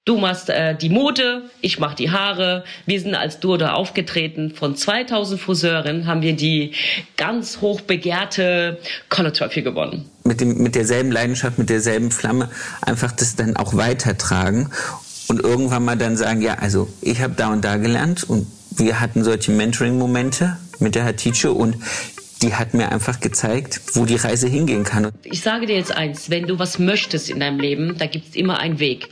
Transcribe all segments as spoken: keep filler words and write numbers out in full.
Du machst äh, die Mode, ich mach die Haare. Wir sind als Duo da aufgetreten. Von zweitausend Friseuren haben wir die ganz hoch begehrte Color Trophy gewonnen. Mit dem, mit derselben Leidenschaft, mit derselben Flamme einfach das dann auch weitertragen und irgendwann mal dann sagen, ja, also ich habe da und da gelernt und wir hatten solche Mentoring-Momente mit der Hatice und die hat mir einfach gezeigt, wo die Reise hingehen kann. Ich sage dir jetzt eins, wenn du was möchtest in deinem Leben, da gibt es immer einen Weg.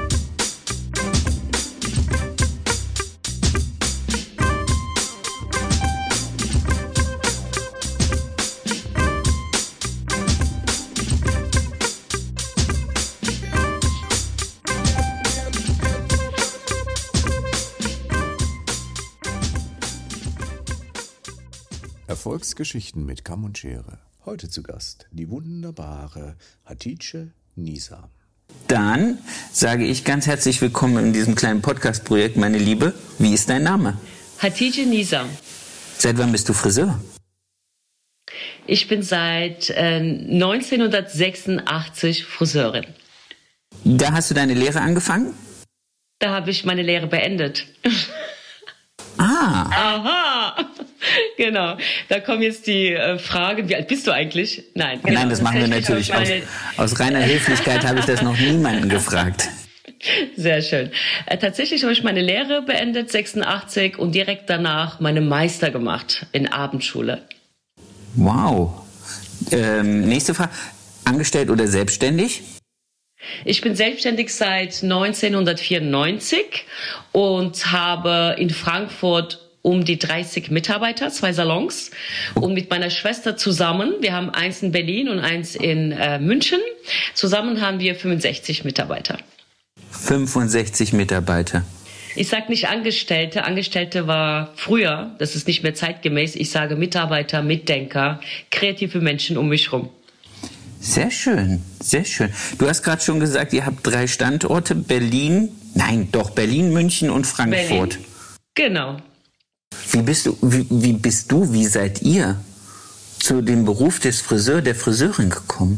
Erfolgsgeschichten mit Kamm und Schere. Heute zu Gast die wunderbare Hatice Nizam. Dann sage ich ganz herzlich willkommen in diesem kleinen Podcast-Projekt, meine Liebe. Wie ist dein Name? Hatice Nizam. Seit wann bist du Friseur? Ich bin seit äh, neunzehnhundertsechsundachtzig Friseurin. Da hast du deine Lehre angefangen? Da habe ich meine Lehre beendet. Ah. Aha. Genau. Da kommen jetzt die äh, Fragen. Wie alt bist du eigentlich? Nein. Genau. Nein, das machen wir natürlich aus, aus reiner Höflichkeit. Habe ich das noch niemanden gefragt. Sehr schön. Äh, tatsächlich habe ich meine Lehre beendet, sechsundachtzig, und direkt danach meine Meister gemacht in Abendschule. Wow. Ähm, nächste Frage. Angestellt oder selbstständig? Ich bin selbstständig seit neunzehnhundertvierundneunzig und habe in Frankfurt um die dreißig Mitarbeiter, zwei Salons. Und mit meiner Schwester zusammen, wir haben eins in Berlin und eins in äh, München, zusammen haben wir fünfundsechzig Mitarbeiter. fünfundsechzig Mitarbeiter. Ich sage nicht Angestellte. Angestellte war früher, das ist nicht mehr zeitgemäß. Ich sage Mitarbeiter, Mitdenker, kreative Menschen um mich rum. Sehr schön, sehr schön. Du hast gerade schon gesagt, ihr habt drei Standorte, Berlin, nein, doch, Berlin, München und Frankfurt. Berlin. Genau. Wie bist du, wie, wie bist du, wie seid ihr zu dem Beruf des Friseur, der Friseurin gekommen?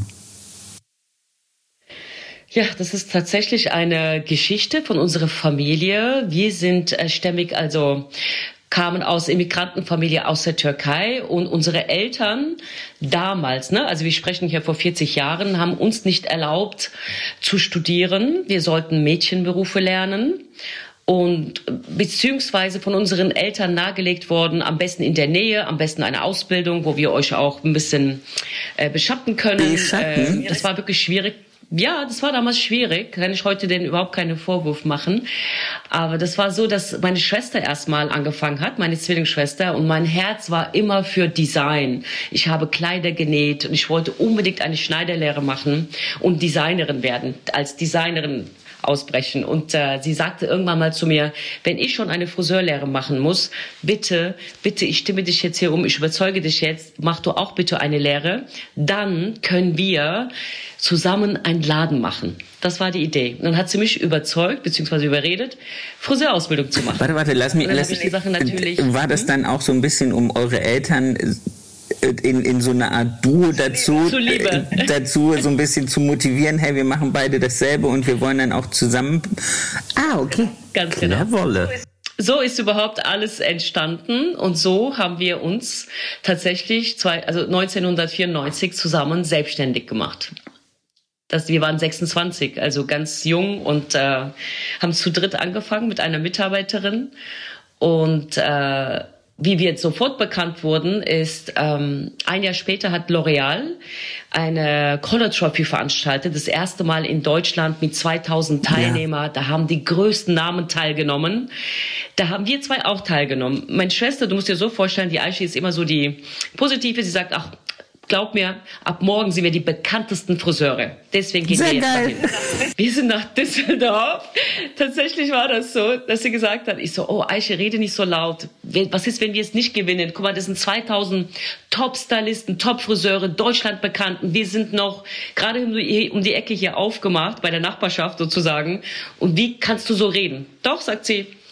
Ja, das ist tatsächlich eine Geschichte von unserer Familie. Wir sind äh, stämmig, also kamen aus Immigrantenfamilie aus der Türkei, und unsere Eltern damals, ne, also wir sprechen hier vor vierzig Jahren, haben uns nicht erlaubt zu studieren. Wir sollten Mädchenberufe lernen. Und beziehungsweise von unseren Eltern nahegelegt worden, am besten in der Nähe, am besten eine Ausbildung, wo wir euch auch ein bisschen äh, beschatten können. Beschatten? Äh, das war wirklich schwierig. Ja, das war damals schwierig. Kann ich heute denen überhaupt keinen Vorwurf machen. Aber das war so, dass meine Schwester erstmal angefangen hat, meine Zwillingsschwester, und mein Herz war immer für Design. Ich habe Kleider genäht und ich wollte unbedingt eine Schneiderlehre machen und Designerin werden, als Designerin ausbrechen. Und äh, sie sagte irgendwann mal zu mir, wenn ich schon eine Friseurlehre machen muss, bitte, bitte, ich stimme dich jetzt hier um, ich überzeuge dich jetzt, mach du auch bitte eine Lehre, dann können wir zusammen einen Laden machen. Das war die Idee. Und dann hat sie mich überzeugt, beziehungsweise überredet, Friseurausbildung zu machen. Warte, warte, lass mich, lass mich, die Sache natürlich, war das dann auch so ein bisschen, um eure Eltern in, in so eine Art Duo dazu, äh, dazu so ein bisschen zu motivieren, hey, wir machen beide dasselbe und wir wollen dann auch zusammen... Ah, okay. Ganz genau. Wolle. So ist überhaupt alles entstanden, und so haben wir uns tatsächlich zwei, also neunzehnhundertvierundneunzig zusammen selbstständig gemacht. Das, wir waren sechsundzwanzig, also ganz jung, und äh, haben zu dritt angefangen mit einer Mitarbeiterin. Und äh, wie wir jetzt sofort bekannt wurden, ist, ähm, ein Jahr später hat L'Oreal eine Color Trophy veranstaltet, das erste Mal in Deutschland mit zweitausend Teilnehmer. Ja. Da haben die größten Namen teilgenommen. Da haben wir zwei auch teilgenommen. Meine Schwester, du musst dir so vorstellen, die Aisha ist immer so die Positive, sie sagt, ach, glaub mir, ab morgen sind wir die bekanntesten Friseure. Deswegen gehen Sehr wir jetzt geil. dahin. Wir sind nach Düsseldorf. Tatsächlich war das so, dass sie gesagt hat, ich so, oh Aisha, rede nicht so laut. Was ist, wenn wir es nicht gewinnen? Guck mal, das sind zweitausend Top-Stylisten, Top-Friseure, Deutschland bekannt. Und wir sind noch gerade um die, um die Ecke hier aufgemacht, bei der Nachbarschaft sozusagen. Und wie kannst du so reden? Doch, sagt sie,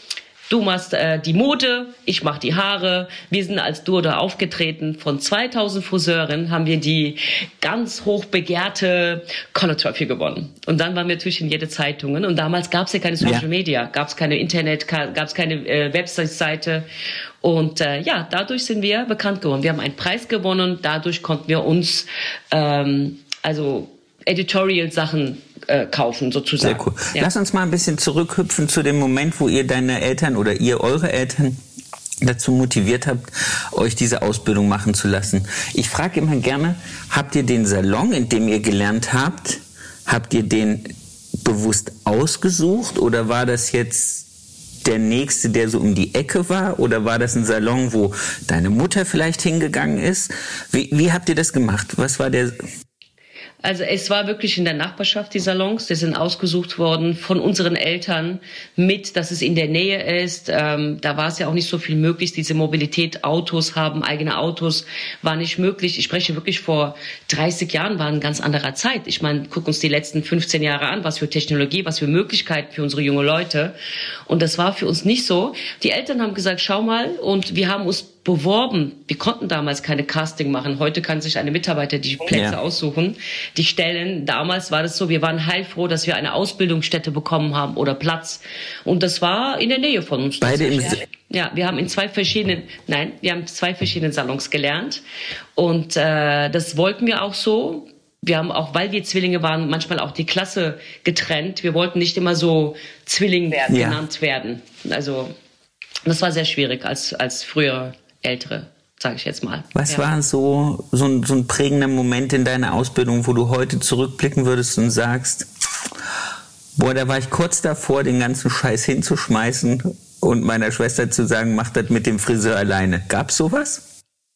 Du machst äh, die Mode, ich mach die Haare. Wir sind als Duo da aufgetreten. Von zweitausend Friseuren haben wir die ganz hoch begehrte Conor Trophy gewonnen. Und dann waren wir natürlich in jede Zeitungen. Und damals gab es ja keine Social ja. Media, gab es keine Internet, gab es keine äh, Website-Seite. Und äh, ja, dadurch sind wir bekannt geworden. Wir haben einen Preis gewonnen. Dadurch konnten wir uns ähm, also Editorial-Sachen äh, kaufen, sozusagen. Sehr cool. Ja. Lass uns mal ein bisschen zurückhüpfen zu dem Moment, wo ihr deine Eltern oder ihr eure Eltern dazu motiviert habt, euch diese Ausbildung machen zu lassen. Ich frage immer gerne, habt ihr den Salon, in dem ihr gelernt habt, habt ihr den bewusst ausgesucht oder war das jetzt der nächste, der so um die Ecke war? Oder war das ein Salon, wo deine Mutter vielleicht hingegangen ist? Wie, wie habt ihr das gemacht? Was war der... Also es war wirklich in der Nachbarschaft, die Salons. Die sind ausgesucht worden von unseren Eltern mit, dass es in der Nähe ist. Ähm, da war es ja auch nicht so viel möglich. Diese Mobilität, Autos haben, eigene Autos, war nicht möglich. Ich spreche wirklich vor dreißig Jahren, war eine ganz andere Zeit. Ich meine, guck uns die letzten fünfzehn Jahre an, was für Technologie, was für Möglichkeiten für unsere jungen Leute. Und das war für uns nicht so. Die Eltern haben gesagt, schau mal, und wir haben uns beworben. Wir konnten damals keine Casting machen. Heute kann sich eine Mitarbeiter die Plätze ja. aussuchen, die Stellen. Damals war das so, wir waren heilfroh, dass wir eine Ausbildungsstätte bekommen haben oder Platz. Und das war in der Nähe von uns. Beide im Ja, wir haben in zwei verschiedenen, nein, wir haben zwei verschiedenen Salons gelernt. Und äh, das wollten wir auch so. Wir haben auch, weil wir Zwillinge waren, manchmal auch die Klasse getrennt. Wir wollten nicht immer so Zwilling werden, ja. genannt werden. Also das war sehr schwierig als, als früher Ältere, sage ich jetzt mal. Was ja. war so, so, ein, so ein prägender Moment in deiner Ausbildung, wo du heute zurückblicken würdest und sagst, boah, da war ich kurz davor, den ganzen Scheiß hinzuschmeißen und meiner Schwester zu sagen, mach das mit dem Friseur alleine. Gab's sowas?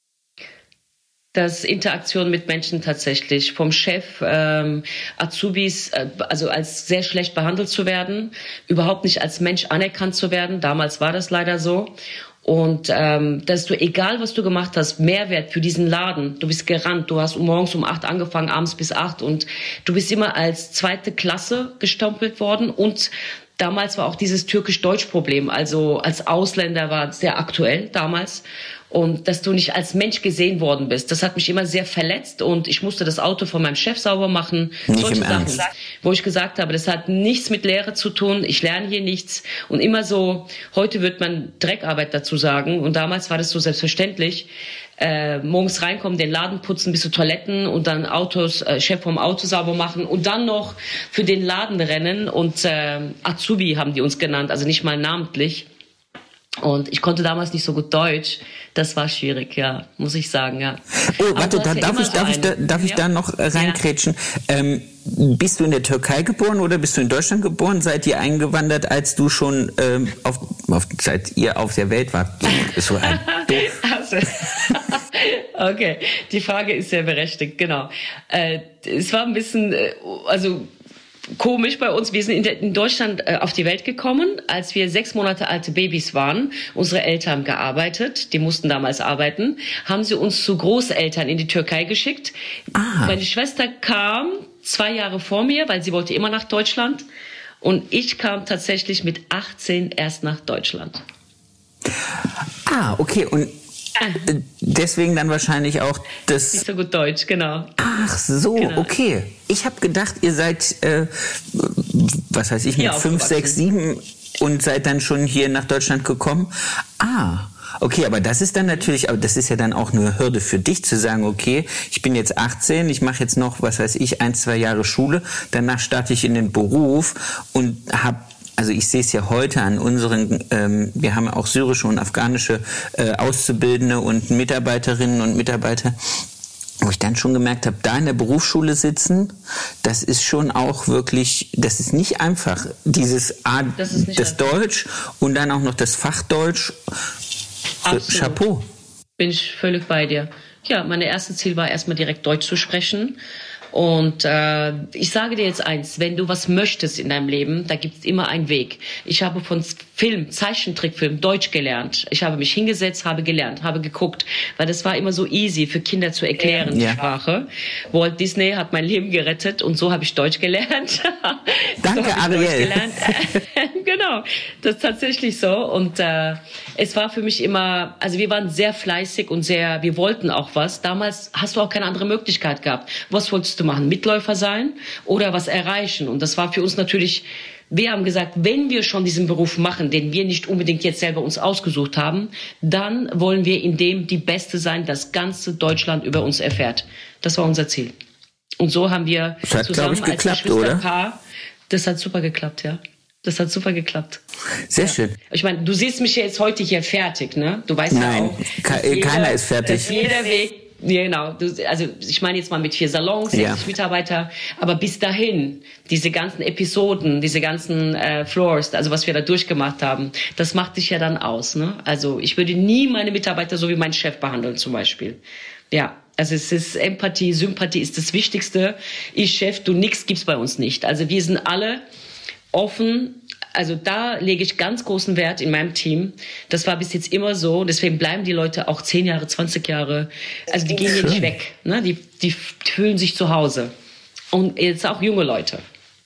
Das Interaktion mit Menschen tatsächlich, vom Chef, ähm, Azubis, äh, also als sehr schlecht behandelt zu werden, überhaupt nicht als Mensch anerkannt zu werden. Damals war das leider so. Und ähm, dass du, egal was du gemacht hast, Mehrwert für diesen Laden, du bist gerannt, du hast morgens um acht angefangen, abends bis acht und du bist immer als zweite Klasse gestempelt worden und damals war auch dieses Türkisch-Deutsch-Problem, also als Ausländer war es sehr aktuell damals. Und dass du nicht als Mensch gesehen worden bist, das hat mich immer sehr verletzt und ich musste das Auto von meinem Chef sauber machen. Nicht solche im Sachen, Ernst. wo ich gesagt habe, das hat nichts mit Lehre zu tun, ich lerne hier nichts. Und immer so, heute wird man Dreckarbeit dazu sagen und damals war das so selbstverständlich. Äh, morgens reinkommen, den Laden putzen bis zu Toiletten und dann Autos, äh, Chef vom Auto sauber machen und dann noch für den Laden rennen und äh, Azubi haben die uns genannt, also nicht mal namentlich. Und ich konnte damals nicht so gut Deutsch. Das war schwierig, ja, muss ich sagen, ja. Oh, warte, da, ja darf, ich, so darf, ich, da, darf ich ja? da noch reinkrätschen? Ja. Ähm, bist du in der Türkei geboren oder bist du in Deutschland geboren? Seid ihr eingewandert, als du schon ähm, auf, auf, seit ihr auf der Welt wart? So ein also, okay, die Frage ist sehr berechtigt, genau. Äh, es war ein bisschen, äh, also komisch bei uns. Wir sind in, der, in Deutschland äh, auf die Welt gekommen, als wir sechs Monate alte Babys waren. Unsere Eltern haben gearbeitet, die mussten damals arbeiten, haben sie uns zu Großeltern in die Türkei geschickt. Ah. Meine Schwester kam zwei Jahre vor mir, weil sie wollte immer nach Deutschland. Und ich kam tatsächlich mit achtzehn erst nach Deutschland. Ah, okay. Und deswegen dann wahrscheinlich auch das... Nicht so gut Deutsch, genau. Ach so, genau. Okay. Ich habe gedacht, ihr seid, äh, was weiß ich, mit fünf, sechs, sieben und seid dann schon hier nach Deutschland gekommen. Ah, okay, aber das ist dann natürlich, aber das ist ja dann auch eine Hürde für dich zu sagen, okay, ich bin jetzt achtzehn, ich mache jetzt noch, was weiß ich, ein, zwei Jahre Schule, danach starte ich in den Beruf und habe Also ich sehe es ja heute an unseren, ähm, wir haben ja auch syrische und afghanische äh, Auszubildende und Mitarbeiterinnen und Mitarbeiter, wo ich dann schon gemerkt habe, da in der Berufsschule sitzen, das ist schon auch wirklich, das ist nicht einfach. Dieses A, das, ist nicht das Deutsch und dann auch noch das Fachdeutsch. Absolut. Chapeau. Bin ich völlig bei dir. Ja, mein erstes Ziel war erstmal direkt Deutsch zu sprechen. Und äh, ich sage dir jetzt eins, wenn du was möchtest in deinem Leben, da gibt es immer einen Weg. Ich habe von Film, Zeichentrickfilm Deutsch gelernt. Ich habe mich hingesetzt, habe gelernt, habe geguckt, weil das war immer so easy für Kinder zu erklären, ja. Die Sprache. Walt Disney hat mein Leben gerettet und so habe ich Deutsch gelernt. Danke, so Ariel. Deutsch gelernt. Genau. genau. Das ist tatsächlich so. Und äh, es war für mich immer, also wir waren sehr fleißig und sehr, wir wollten auch was. Damals hast du auch keine andere Möglichkeit gehabt. Was wolltest du machen? Mitläufer sein oder was erreichen? Und das war für uns natürlich, wir haben gesagt, wenn wir schon diesen Beruf machen, den wir nicht unbedingt jetzt selber uns ausgesucht haben, dann wollen wir in dem die Beste sein, das ganze Deutschland über uns erfährt. Das war unser Ziel. Und so haben wir das hat, zusammen ich, geklappt, als Geschwisterpaar, das hat super geklappt, ja. Das hat super geklappt. Sehr ja. schön. Ich meine, du siehst mich ja jetzt heute hier fertig, ne? Du weißt Nein, ja auch. ke- jeder, keiner ist fertig. Dass jeder Weg, ja, genau. Du, also ich meine jetzt mal mit vier Salons, sechzig ja. Mitarbeiter, aber bis dahin, diese ganzen Episoden, diese ganzen äh, Floors, also was wir da durchgemacht haben, das macht dich ja dann aus, ne? Also ich würde nie meine Mitarbeiter so wie meinen Chef behandeln zum Beispiel. Ja. Also es ist Empathie, Sympathie ist das Wichtigste. Ich Chef, du nix gibt's bei uns nicht. Also wir sind alle offen. Also da lege ich ganz großen Wert in meinem Team. Das war bis jetzt immer so. Deswegen bleiben die Leute auch zehn Jahre, zwanzig Jahre. Also die gehen hier nicht weg. Ne? Die, die fühlen sich zu Hause. Und jetzt auch junge Leute.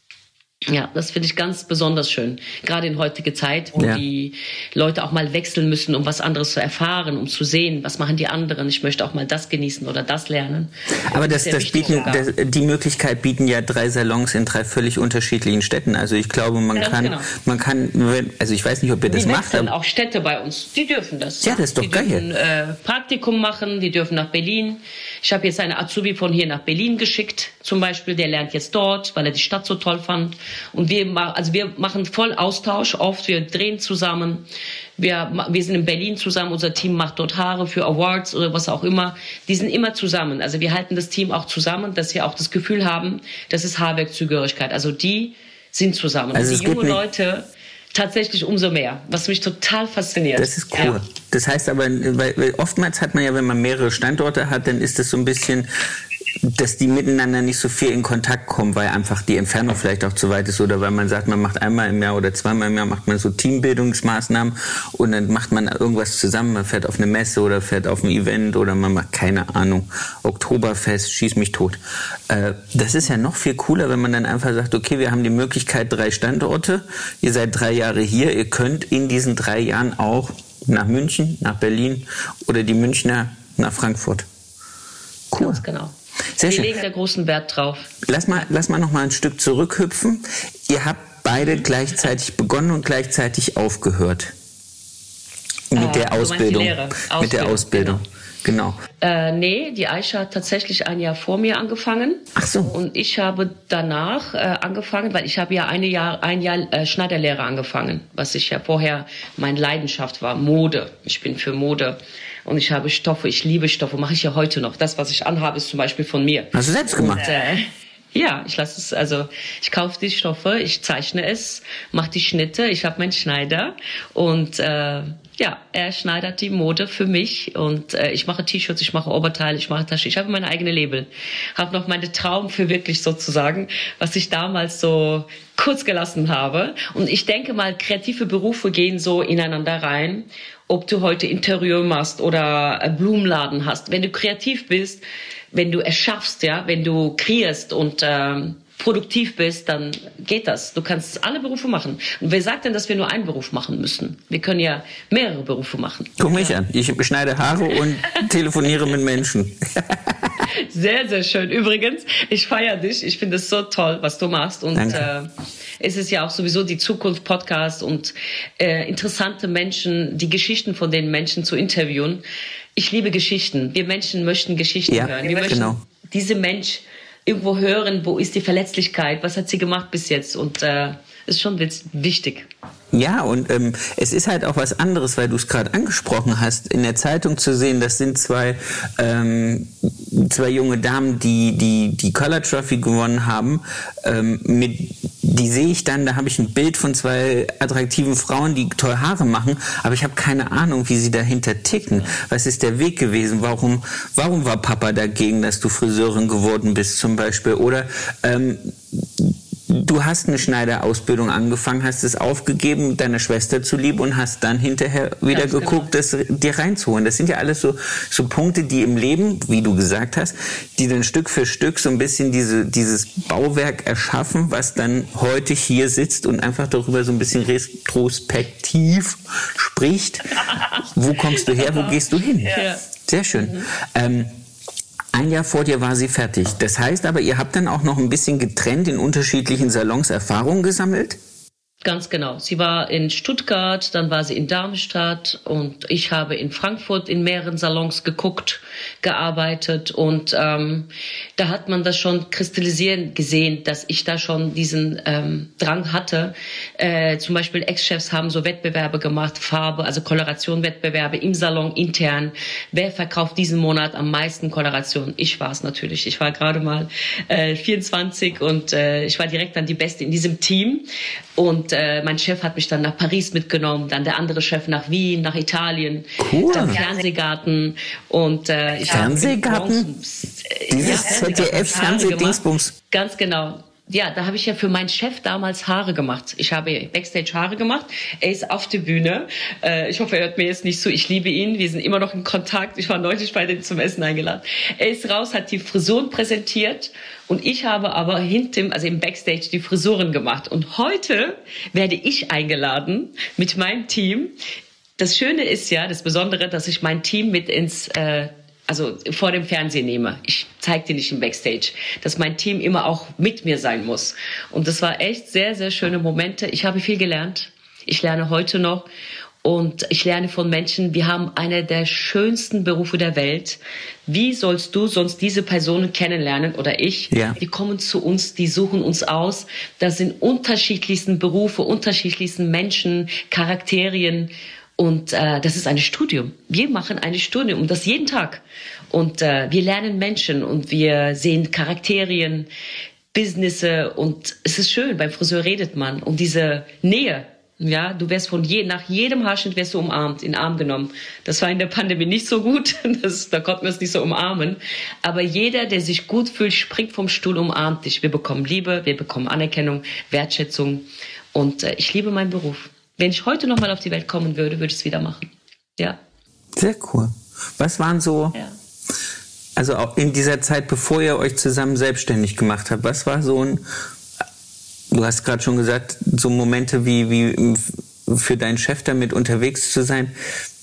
Ja, das finde ich ganz besonders schön. Gerade in heutiger Zeit, wo ja. die Leute auch mal wechseln müssen, um was anderes zu erfahren, um zu sehen, was machen die anderen. Ich möchte auch mal das genießen oder das lernen. Aber das, das, das bieten, das, die Möglichkeit bieten ja drei Salons in drei völlig unterschiedlichen Städten. Also ich glaube, man ja, kann, genau. man kann, also ich weiß nicht, ob ihr das die macht. Aber auch Städte bei uns, die dürfen das. Ja, das ist doch die geil. Die dürfen äh, Praktikum machen, die dürfen nach Berlin. Ich habe jetzt eine Azubi von hier nach Berlin geschickt, zum Beispiel. Der lernt jetzt dort, weil er die Stadt so toll fand. Und wir, also wir machen voll Austausch oft. Wir drehen zusammen. Wir, wir sind in Berlin zusammen. Unser Team macht dort Haare für Awards oder was auch immer. Die sind immer zusammen. Also wir halten das Team auch zusammen, dass wir auch das Gefühl haben, das ist Haarwerkzugehörigkeit. Also die sind zusammen. Also und die jungen Leute tatsächlich umso mehr, was mich total fasziniert. Das ist cool. Ja. Das heißt aber, weil, weil oftmals hat man ja, wenn man mehrere Standorte hat, dann ist das so ein bisschen, dass die miteinander nicht so viel in Kontakt kommen, weil einfach die Entfernung vielleicht auch zu weit ist oder weil man sagt, man macht einmal im Jahr oder zweimal im Jahr macht man so Teambildungsmaßnahmen und dann macht man irgendwas zusammen, man fährt auf eine Messe oder fährt auf ein Event oder man macht, keine Ahnung, Oktoberfest, schieß mich tot. Äh, das ist ja noch viel cooler, wenn man dann einfach sagt, okay, wir haben die Möglichkeit, drei Standorte, ihr seid drei Jahre hier, ihr könnt in diesen drei Jahren auch nach München, nach Berlin oder die Münchner nach Frankfurt. Cool. Ganz genau. Sehr Wir schön. legen da großen Wert drauf. Lass mal, lass mal noch mal ein Stück zurückhüpfen. Ihr habt beide gleichzeitig begonnen und gleichzeitig aufgehört. Mit äh, der Ausbildung. Ausbildung. Mit der Ausbildung. Genau. Äh, nee, die Aisha hat tatsächlich ein Jahr vor mir angefangen. Ach so. Und ich habe danach äh, angefangen, weil ich habe ja eine Jahr, ein Jahr äh, Schneiderlehre angefangen, was ich ja vorher meine Leidenschaft war, Mode. Ich bin für Mode. Und ich habe Stoffe, ich liebe Stoffe, mache ich ja heute noch. Das, was ich anhabe, ist zum Beispiel von mir. Hast du selbst gemacht? Und, äh, ja, ich lasse es, also ich kaufe die Stoffe, ich zeichne es, mache die Schnitte, ich habe meinen Schneider und äh, ja, er schneidert die Mode für mich und äh, ich mache T-Shirts, ich mache Oberteile, ich mache Tasche, ich habe meine eigene Label. Habe noch meine Traum für wirklich sozusagen, was ich damals so kurz gelassen habe. Und ich denke mal, kreative Berufe gehen so ineinander rein. Ob du heute Interieur machst oder einen Blumenladen hast. Wenn du kreativ bist, wenn du erschaffst, ja, wenn du kreierst und ähm, produktiv bist, dann geht das. Du kannst alle Berufe machen. Und wer sagt denn, dass wir nur einen Beruf machen müssen? Wir können ja mehrere Berufe machen. Guck mich ja. an. Ich schneide Haare und telefoniere mit Menschen. Sehr, sehr schön. Übrigens, ich feiere dich. Ich finde es so toll, was du machst. Und äh, es ist ja auch sowieso die Zukunft Podcast und äh, interessante Menschen, die Geschichten von den Menschen zu interviewen. Ich liebe Geschichten. Wir Menschen möchten Geschichten ja, hören. Wir möchten genau. diese Mensch irgendwo hören, wo ist die Verletzlichkeit, was hat sie gemacht bis jetzt und äh, ist schon wichtig. Ja, und ähm, es ist halt auch was anderes, weil du es gerade angesprochen hast, in der Zeitung zu sehen, das sind zwei ähm, zwei junge Damen, die die die Color Trophy gewonnen haben. Ähm, mit die sehe ich dann, da habe ich ein Bild von zwei attraktiven Frauen, die toll Haare machen, aber ich habe keine Ahnung, wie sie dahinter ticken. Was ist der Weg gewesen? Warum warum war Papa dagegen, dass du Friseurin geworden bist zum Beispiel? Oder ähm, du hast eine Schneiderausbildung angefangen, hast es aufgegeben, deiner Schwester zuliebe und hast dann hinterher wieder Ganz geguckt, genau. das dir reinzuholen. Das sind ja alles so, so Punkte, die im Leben, wie du gesagt hast, die dann Stück für Stück so ein bisschen diese, dieses Bauwerk erschaffen, was dann heute hier sitzt und einfach darüber so ein bisschen retrospektiv spricht. Wo kommst du her, wo gehst du hin? Ja. Sehr schön. Mhm. Ähm, Ein Jahr vor dir war sie fertig. Das heißt aber, ihr habt dann auch noch ein bisschen getrennt in unterschiedlichen Salons Erfahrungen gesammelt? Ganz genau. Sie war in Stuttgart, dann war sie in Darmstadt und ich habe in Frankfurt in mehreren Salons geguckt, gearbeitet und ähm, da hat man das schon kristallisieren gesehen, dass ich da schon diesen ähm, Drang hatte. Äh, zum Beispiel Ex-Chefs haben so Wettbewerbe gemacht, Farbe, also Koloration-Wettbewerbe im Salon intern. Wer verkauft diesen Monat am meisten Koloration? Ich war es natürlich. Ich war gerade mal äh, vierundzwanzig und äh, ich war direkt dann die Beste in diesem Team. Und äh, mein Chef hat mich dann nach Paris mitgenommen, dann der andere Chef nach Wien, nach Italien, cool. dann Fernsehgarten und äh, ich Fernsehgarten? Dieses ja, Z D F-Fernsehdingsbums. Ganz genau. Ja, da habe ich ja für meinen Chef damals Haare gemacht. Ich habe Backstage Haare gemacht. Er ist auf der Bühne. Äh, ich hoffe, er hört mir jetzt nicht zu. Ich liebe ihn. Wir sind immer noch in Kontakt. Ich war neulich bei dem zum Essen eingeladen. Er ist raus, hat die Frisuren präsentiert und ich habe aber hinten, also im Backstage, die Frisuren gemacht. Und heute werde ich eingeladen mit meinem Team. Das Schöne ist ja, das Besondere, dass ich mein Team mit ins äh, also vor dem Fernsehen nehme. Ich zeige die nicht im Backstage, dass mein Team immer auch mit mir sein muss. Und das war echt sehr, sehr schöne Momente. Ich habe viel gelernt. Ich lerne heute noch und ich lerne von Menschen. Wir haben einen der schönsten Berufe der Welt. Wie sollst du sonst diese Personen kennenlernen oder ich? Ja. Die kommen zu uns, die suchen uns aus. Das sind unterschiedlichsten Berufe, unterschiedlichsten Menschen, Charakterien. Und äh, das ist ein Studium. Wir machen ein Studium und das jeden Tag. Und äh, wir lernen Menschen und wir sehen Charakterien, Businesse und es ist schön. Beim Friseur redet man um diese Nähe. Ja, du wirst von je, nach jedem Haarschnitt wirst du umarmt, in den Arm genommen. Das war in der Pandemie nicht so gut. Das, da konnten wir es nicht so umarmen. Aber jeder, der sich gut fühlt, springt vom Stuhl, umarmt dich. Wir bekommen Liebe, wir bekommen Anerkennung, Wertschätzung und äh, ich liebe meinen Beruf. Wenn ich heute noch mal auf die Welt kommen würde, würde ich es wieder machen. Ja. Sehr cool. Was waren so, ja. also auch in dieser Zeit, bevor ihr euch zusammen selbstständig gemacht habt, was war so ein, du hast gerade schon gesagt, so Momente wie, wie für deinen Chef damit unterwegs zu sein.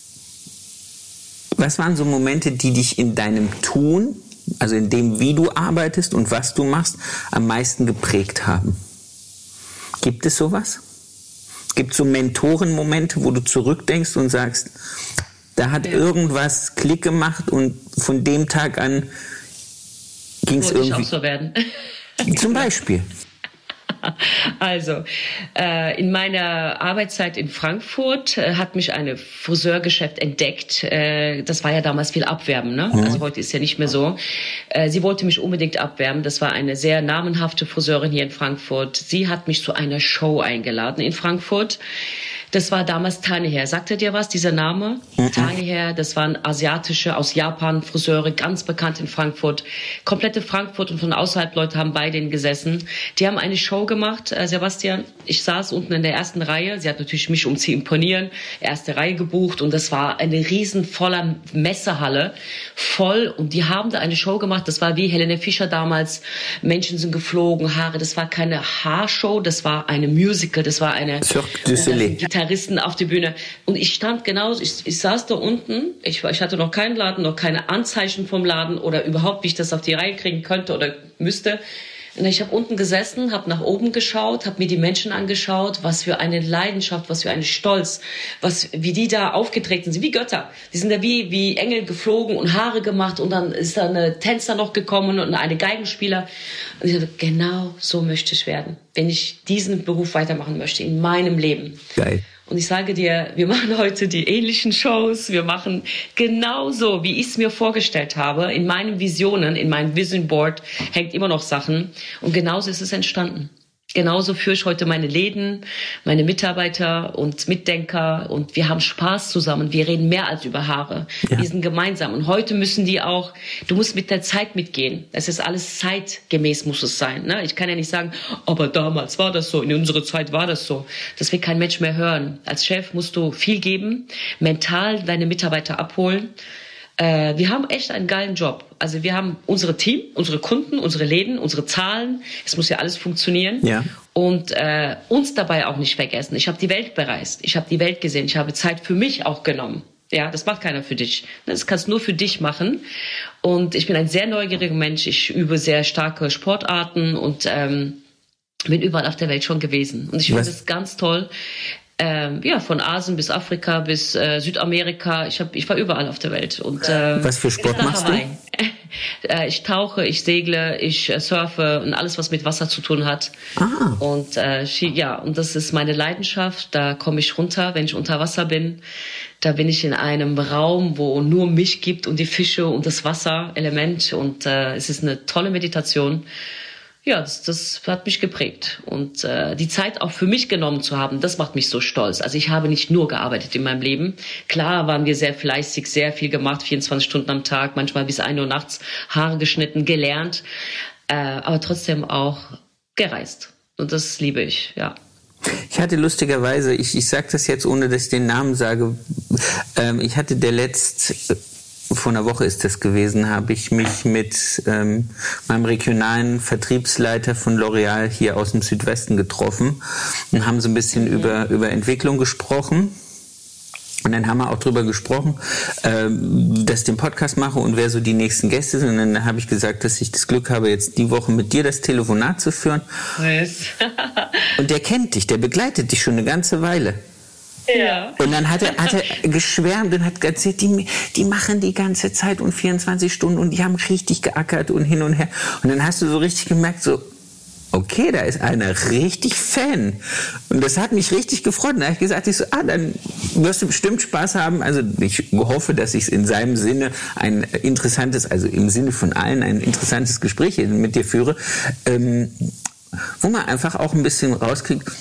Was waren so Momente, die dich in deinem Tun, also in dem, wie du arbeitest und was du machst, am meisten geprägt haben? Gibt es sowas? Gibt es so Mentorenmomente, wo du zurückdenkst und sagst, da hat ja. irgendwas Klick gemacht und von dem Tag an ging es irgendwie... Ich auch so werden. Zum Beispiel. Also, äh, in meiner Arbeitszeit in Frankfurt äh, hat mich ein Friseurgeschäft entdeckt. Äh, das war ja damals viel Abwerben, ne? Mhm. Also heute ist ja nicht mehr so. Äh, sie wollte mich unbedingt abwerben. Das war eine sehr namenhafte Friseurin hier in Frankfurt. Sie hat mich zu einer Show eingeladen in Frankfurt. Das war damals Tanehair. Sagte dir was, dieser Name? Mhm. Tanehair, das waren asiatische, aus Japan Friseure, ganz bekannt in Frankfurt. Komplette Frankfurt und von außerhalb Leute haben bei denen gesessen. Die haben eine Show gemacht, äh, Sebastian. Ich saß unten in der ersten Reihe. Sie hat natürlich mich, um zu imponieren, erste Reihe gebucht. Und das war eine riesen voller Messehalle, voll. Und die haben da eine Show gemacht. Das war wie Helene Fischer damals. Menschen sind geflogen, Haare. Das war keine Haarshow, das war eine Musical. Das war eine... Gitarristen auf der Bühne. Und ich stand genauso, ich, ich saß da unten, ich, ich hatte noch keinen Laden, noch keine Anzeichen vom Laden oder überhaupt, wie ich das auf die Reihe kriegen könnte oder müsste. Und ich habe unten gesessen, habe nach oben geschaut, habe mir die Menschen angeschaut, was für eine Leidenschaft, was für ein Stolz, was, wie die da aufgetreten sind, wie Götter. Die sind da wie, wie Engel geflogen und Haare gemacht und dann ist da eine Tänzer noch gekommen und eine Geigenspieler. Und ich dachte, genau so möchte ich werden, wenn ich diesen Beruf weitermachen möchte in meinem Leben. Geil. Und ich sage dir, wir machen heute die ähnlichen Shows. Wir machen genauso, wie ich es mir vorgestellt habe. In meinen Visionen, in meinem Vision Board hängt immer noch Sachen. Und genauso ist es entstanden. Genauso führe ich heute meine Läden, meine Mitarbeiter und Mitdenker und wir haben Spaß zusammen. Wir reden mehr als über Haare. Ja. Wir sind gemeinsam und heute müssen die auch, du musst mit der Zeit mitgehen. Es ist alles zeitgemäß, muss es sein. Ne? Ich kann ja nicht sagen, aber damals war das so, in unserer Zeit war das so. Das will kein Mensch mehr hören. Als Chef musst du viel geben, mental deine Mitarbeiter abholen. Wir haben echt einen geilen Job. Also wir haben unsere Team, unsere Kunden, unsere Läden, unsere Zahlen. Es muss ja alles funktionieren. Ja. Und äh, uns dabei auch nicht vergessen. Ich habe die Welt bereist. Ich habe die Welt gesehen. Ich habe Zeit für mich auch genommen. Ja, das macht keiner für dich. Das kannst du nur für dich machen. Und ich bin ein sehr neugieriger Mensch. Ich übe sehr starke Sportarten und ähm, bin überall auf der Welt schon gewesen. Und ich finde es ganz toll. Ähm, ja, von Asien bis Afrika bis äh, Südamerika. Ich hab, ich war überall auf der Welt. Und äh, was für Sport machst du? äh, ich tauche, ich segle, ich äh, surfe und alles, was mit Wasser zu tun hat. Ah. Und äh, ja, und das ist meine Leidenschaft. Da komme ich runter, wenn ich unter Wasser bin. Da bin ich in einem Raum, wo nur mich gibt und die Fische und das Wasserelement. Und äh, es ist eine tolle Meditation. Ja, das, das hat mich geprägt. Und äh, die Zeit auch für mich genommen zu haben, das macht mich so stolz. Also ich habe nicht nur gearbeitet in meinem Leben. Klar waren wir sehr fleißig, sehr viel gemacht, vierundzwanzig Stunden am Tag, manchmal bis ein Uhr nachts, Haare geschnitten, gelernt, äh, aber trotzdem auch gereist. Und das liebe ich, ja. Ich hatte lustigerweise, ich, ich sage das jetzt, ohne dass ich den Namen sage, ähm, ich hatte der letzte... Vor einer Woche ist das gewesen, habe ich mich mit ähm, meinem regionalen Vertriebsleiter von L'Oréal hier aus dem Südwesten getroffen und haben so ein bisschen mhm. über, über Entwicklung gesprochen. Und dann haben wir auch drüber gesprochen, ähm, dass ich den Podcast mache und wer so die nächsten Gäste sind. Und dann habe ich gesagt, dass ich das Glück habe, jetzt die Woche mit dir das Telefonat zu führen. Yes. Und der kennt dich, der begleitet dich schon eine ganze Weile. Ja. Und dann hat er, hat er geschwärmt und hat erzählt, die, die machen die ganze Zeit und vierundzwanzig Stunden und die haben richtig geackert und hin und her. Und dann hast du so richtig gemerkt, so, okay, da ist einer richtig Fan. Und das hat mich richtig gefreut. Und da habe ich gesagt, ich so, ah, dann wirst du bestimmt Spaß haben. Also ich hoffe, dass ich es in seinem Sinne ein interessantes, also im Sinne von allen ein interessantes Gespräch mit dir führe, ähm, wo man einfach auch ein bisschen rauskriegt,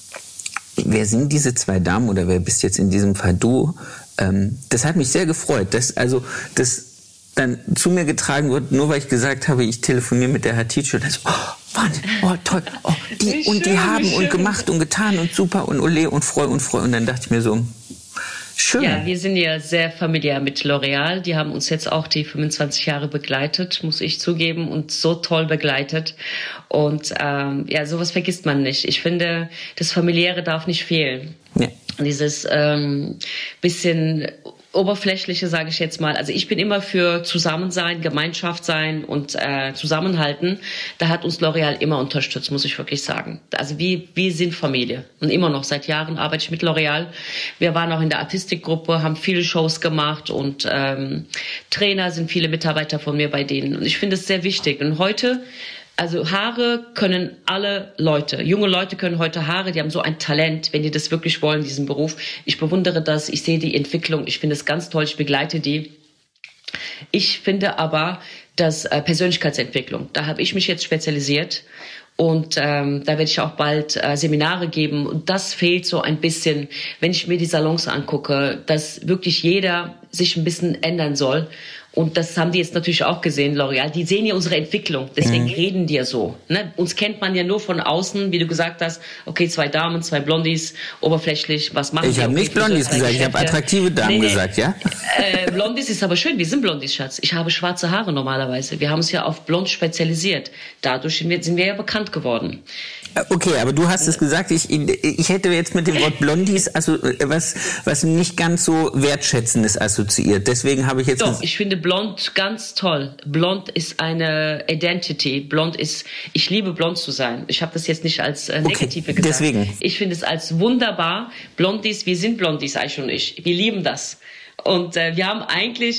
wer sind diese zwei Damen oder wer bist jetzt in diesem Fall du? Ähm, das hat mich sehr gefreut, dass also das dann zu mir getragen wird, nur weil ich gesagt habe, ich telefoniere mit der Hatice und dann so, oh, Wahnsinn, oh toll, oh, die und die haben und gemacht und getan und super und ole und freu und freu und dann dachte ich mir so, schön. Ja, wir sind ja sehr familiär mit L'Oréal. Die haben uns jetzt auch die fünfundzwanzig Jahre begleitet, muss ich zugeben, und so toll begleitet. Und ähm, ja, sowas vergisst man nicht. Ich finde, das Familiäre darf nicht fehlen. Ja. Dieses ähm, bisschen Oberflächliche, sage ich jetzt mal. Also ich bin immer für Zusammensein, Gemeinschaft sein und äh, Zusammenhalten. Da hat uns L'Oréal immer unterstützt, muss ich wirklich sagen. Also wir, wir sind Familie. Und immer noch, seit Jahren arbeite ich mit L'Oréal. Wir waren auch in der Artistikgruppe, haben viele Shows gemacht und ähm, Trainer sind viele Mitarbeiter von mir bei denen. Und ich finde es sehr wichtig. Und heute... Also Haare können alle Leute, junge Leute können heute Haare, die haben so ein Talent, wenn die das wirklich wollen, diesen Beruf. Ich bewundere das, ich sehe die Entwicklung, ich finde es ganz toll, ich begleite die. Ich finde aber, dass äh, Persönlichkeitsentwicklung, da habe ich mich jetzt spezialisiert und ähm, da werde ich auch bald äh, Seminare geben und das fehlt so ein bisschen, wenn ich mir die Salons angucke, dass wirklich jeder sich ein bisschen ändern soll. Und das haben die jetzt natürlich auch gesehen, L'Oréal. Die sehen ja unsere Entwicklung, deswegen mhm. reden die ja so. Ne? Uns kennt man ja nur von außen, wie du gesagt hast, okay, zwei Damen, zwei Blondies, oberflächlich, was machen ich die? Ich habe nicht Blondies gesagt, ich habe attraktive Damen nee, nee. gesagt, ja? Äh, Blondies ist aber schön, wir sind Blondies, Schatz. Ich habe schwarze Haare normalerweise. Wir haben uns ja auf blond spezialisiert. Dadurch sind wir, sind wir ja bekannt geworden. Okay, aber du hast es gesagt, ich, ich hätte jetzt mit dem Wort Blondies also was, was nicht ganz so Wertschätzendes assoziiert. Deswegen habe ich jetzt... Doch, ich finde blond ganz toll. Blond ist eine Identity. Blond ist, ich liebe blond zu sein. Ich habe das jetzt nicht als äh, Negative okay, gesagt. Deswegen. Ich finde es als wunderbar. Blondies, wir sind Blondies, Aisha und ich. Wir lieben das. Und äh, wir haben eigentlich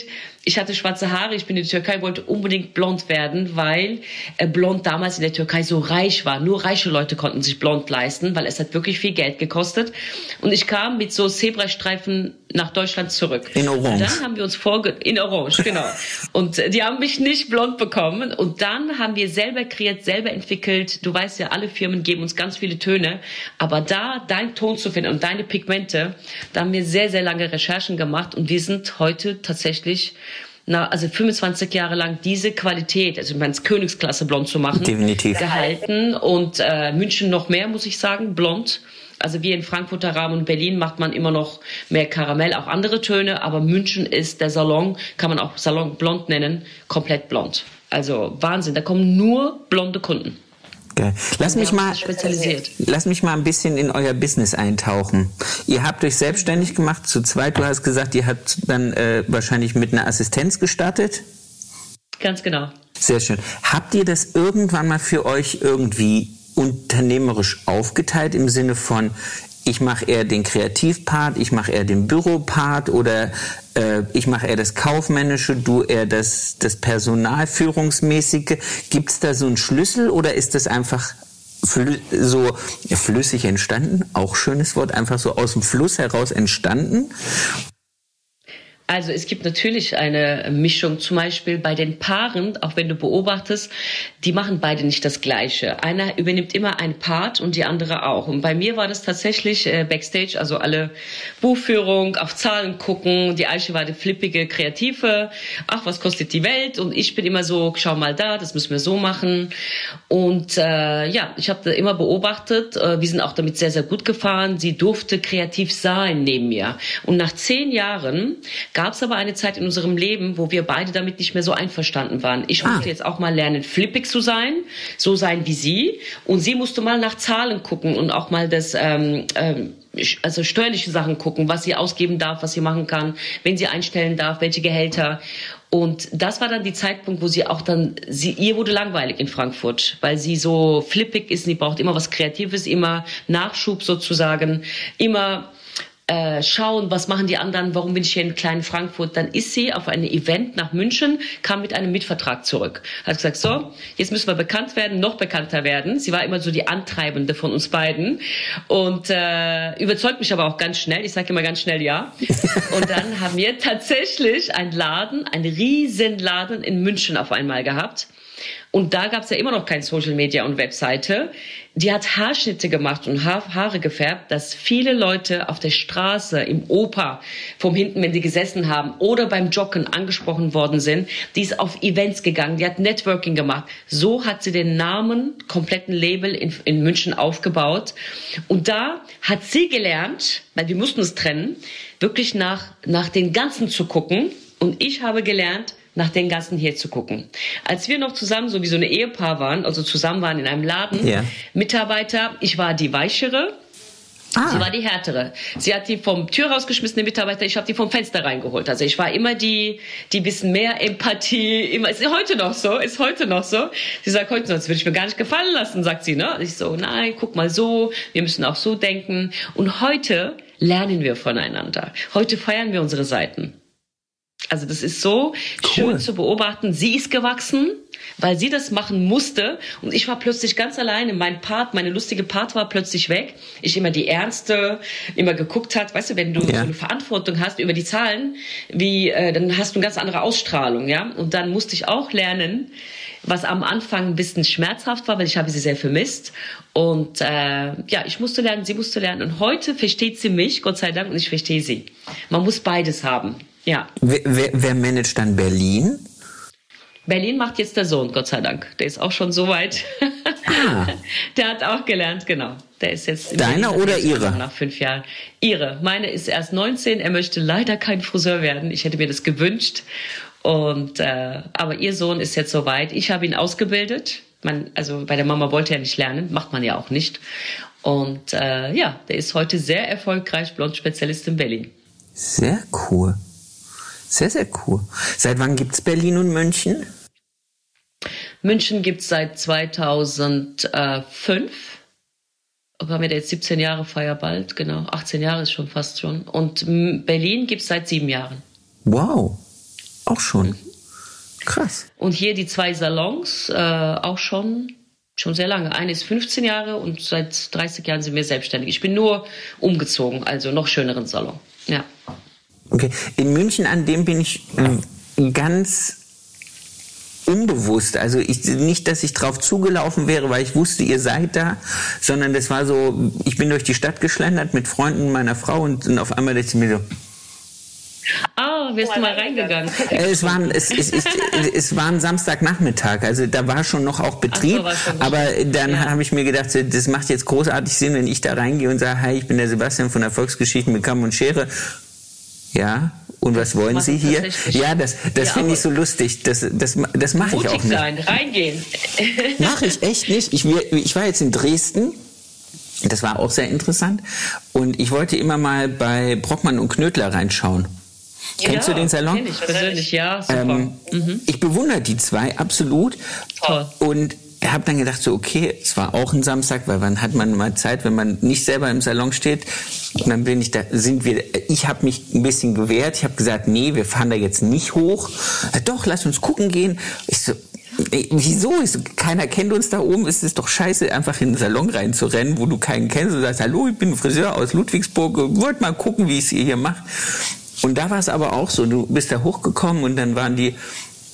Ich hatte schwarze Haare, ich bin in die Türkei, wollte unbedingt blond werden, weil äh, blond damals in der Türkei so reich war. Nur reiche Leute konnten sich blond leisten, weil es hat wirklich viel Geld gekostet. Und ich kam mit so Zebrastreifen nach Deutschland zurück. In Orange. Und dann haben wir uns vorge... In Orange, genau. Und äh, die haben mich nicht blond bekommen. Und dann haben wir selber kreiert, selber entwickelt. Du weißt ja, alle Firmen geben uns ganz viele Töne. Aber da deinen Ton zu finden und deine Pigmente, da haben wir sehr, sehr lange Recherchen gemacht. Und wir sind heute tatsächlich... Na, also fünfundzwanzig Jahre lang diese Qualität, also ich meine, Königsklasse blond zu machen, definitiv gehalten und äh, München noch mehr, muss ich sagen, blond. Also wie in Frankfurter Rahmen und Berlin macht man immer noch mehr Karamell, auch andere Töne, aber München ist der Salon, kann man auch Salon blond nennen, komplett blond. Also Wahnsinn, da kommen nur blonde Kunden. Okay. Lass mich mal, spezialisiert. lass mich mal ein bisschen in euer Business eintauchen. Ihr habt euch selbstständig gemacht, zu zweit. Du hast gesagt, ihr habt dann äh, wahrscheinlich mit einer Assistenz gestartet. Ganz genau. Sehr schön. Habt ihr das irgendwann mal für euch irgendwie unternehmerisch aufgeteilt im Sinne von, ich mache eher den Kreativpart, ich mache eher den Büropart oder äh, ich mache eher das Kaufmännische, du eher das, das Personalführungsmäßige. Gibt es da so einen Schlüssel oder ist das einfach flü- so ja, flüssig entstanden? Auch schönes Wort, einfach so aus dem Fluss heraus entstanden? Also es gibt natürlich eine Mischung, zum Beispiel bei den Paaren, auch wenn du beobachtest, die machen beide nicht das Gleiche. Einer übernimmt immer einen Part und die andere auch. Und bei mir war das tatsächlich äh, Backstage, also alle Buchführung, auf Zahlen gucken. Die Aische war die flippige Kreative. Ach, was kostet die Welt? Und ich bin immer so, schau mal da, das müssen wir so machen. Und äh, ja, ich habe immer beobachtet, äh, wir sind auch damit sehr, sehr gut gefahren. Sie durfte kreativ sein neben mir. Und nach zehn Jahren gab es aber eine Zeit in unserem Leben, wo wir beide damit nicht mehr so einverstanden waren. Ich musste ah. jetzt auch mal lernen, flippig zu sein, so sein wie sie. Und sie musste mal nach Zahlen gucken und auch mal das, ähm, ähm, also steuerliche Sachen gucken, was sie ausgeben darf, was sie machen kann, wenn sie einstellen darf, welche Gehälter. Und das war dann die Zeitpunkt, wo sie auch dann, sie, ihr wurde langweilig in Frankfurt, weil sie so flippig ist, sie braucht immer was Kreatives, immer Nachschub sozusagen, immer Äh, schauen, was machen die anderen, warum bin ich hier in kleinen Frankfurt. Dann ist sie auf ein Event nach München, kam mit einem Mietvertrag zurück. Hat gesagt, so, jetzt müssen wir bekannt werden, noch bekannter werden. Sie war immer so die Antreibende von uns beiden und äh, überzeugt mich aber auch ganz schnell. Ich sage immer ganz schnell ja. Und dann haben wir tatsächlich einen Laden, einen riesen Laden in München auf einmal gehabt. Und da gab es ja immer noch kein Social Media und Webseite. Die hat Haarschnitte gemacht und ha- Haare gefärbt, dass viele Leute auf der Straße, im Oper, vom hinten, wenn die gesessen haben oder beim Joggen angesprochen worden sind. Die ist auf Events gegangen, die hat Networking gemacht. So hat sie den Namen, kompletten Label in, in München aufgebaut. Und da hat sie gelernt, weil wir mussten es trennen, wirklich nach, nach den Ganzen zu gucken. Und ich habe gelernt, nach den Ganzen hier zu gucken. Als wir noch zusammen, so wie so ein Ehepaar waren, also zusammen waren in einem Laden, yeah. Mitarbeiter, ich war die Weichere, ah. sie war die Härtere. Sie hat die vom Tür rausgeschmissene Mitarbeiter, ich habe die vom Fenster reingeholt. Also ich war immer die, die bisschen mehr Empathie, immer, ist heute noch so, ist heute noch so. Sie sagt heute noch, das würde ich mir gar nicht gefallen lassen, sagt sie, ne? Ich so, nein, guck mal so, wir müssen auch so denken. Und heute lernen wir voneinander. Heute feiern wir unsere Seiten. Also das ist so cool. Schön zu beobachten. Sie ist gewachsen, weil sie das machen musste. Und ich war plötzlich ganz alleine. Mein Part, meine lustige Part war plötzlich weg. Ich immer die Ernste, immer geguckt hat. Weißt du, wenn du ja. so eine Verantwortung hast über die Zahlen, wie, äh, dann hast du eine ganz andere Ausstrahlung, ja. Und dann musste ich auch lernen, was am Anfang ein bisschen schmerzhaft war, weil ich habe sie sehr vermisst. Und äh, ja, ich musste lernen, sie musste lernen. Und heute versteht sie mich, Gott sei Dank, und ich verstehe sie. Man muss beides haben. Ja. Wer, wer, wer managt dann Berlin? Berlin macht jetzt der Sohn, Gott sei Dank. Der ist auch schon so weit. Ah. Der hat auch gelernt, genau. Der ist jetzt Deine oder ihre? Nach fünf Jahren. Ihre. Meine ist erst neunzehn. Er möchte leider kein Friseur werden. Ich hätte mir das gewünscht. Und äh, aber ihr Sohn ist jetzt so weit. Ich habe ihn ausgebildet. Man, also bei der Mama wollte er nicht lernen, macht man ja auch nicht. Und äh, ja, der ist heute sehr erfolgreich, Blond-Spezialist in Berlin. Sehr cool. Sehr, sehr cool. Seit wann gibt's Berlin und München? München gibt's seit zweitausendfünf. Wir haben ja jetzt siebzehn Jahre Feier bald, genau. achtzehn Jahre ist schon fast schon. Und Berlin gibt's seit sieben Jahren. Wow. Auch schon. Krass. Und hier die zwei Salons, äh, auch schon, schon sehr lange. Eine ist fünfzehn Jahre und seit dreißig Jahren sind wir selbstständig. Ich bin nur umgezogen, also noch schöneren Salon. Ja. Okay. In München, an dem bin ich äh, ganz unbewusst. Also ich, nicht, dass ich drauf zugelaufen wäre, weil ich wusste, ihr seid da, sondern das war so, ich bin durch die Stadt geschlendert mit Freunden meiner Frau und, und auf einmal dachte ich mir so, ah, wirst du mal reingegangen? Äh, es, war, es, es, es, es war ein Samstagnachmittag, also da war schon noch auch Betrieb, so, aber dann ja. habe ich mir gedacht, das macht jetzt großartig Sinn, wenn ich da reingehe und sage, hi, ich bin der Sebastian von Erfolgsgeschichten mit Kamm und Schere. Ja, und was wollen Sie hier? Ja, das, das ja, finde ich so lustig. Das, das, das mache ich auch nicht. Sein, reingehen. Mache ich echt nicht. Ich, ich war jetzt in Dresden. Das war auch sehr interessant. Und ich wollte immer mal bei Brockmann und Knödler reinschauen. Ja, kennst du den Salon? Kenn ich persönlich, ja. Super. Ähm, mhm. Ich bewundere die zwei absolut. Toll. Und ich habe dann gedacht, so okay, es war auch ein Samstag, weil wann hat man mal Zeit, wenn man nicht selber im Salon steht. Und dann bin ich da, sind wir, ich habe mich ein bisschen gewehrt. Ich habe gesagt, nee, wir fahren da jetzt nicht hoch. Ja, doch, lass uns gucken gehen. Ich so, ey, wieso? Ich so, keiner kennt uns da oben. Es ist doch scheiße, einfach in den Salon reinzurennen, wo du keinen kennst und sagst, hallo, ich bin Friseur aus Ludwigsburg, wollt mal gucken, wie ich es hier mache. Und da war es aber auch so, du bist da hochgekommen und dann waren die,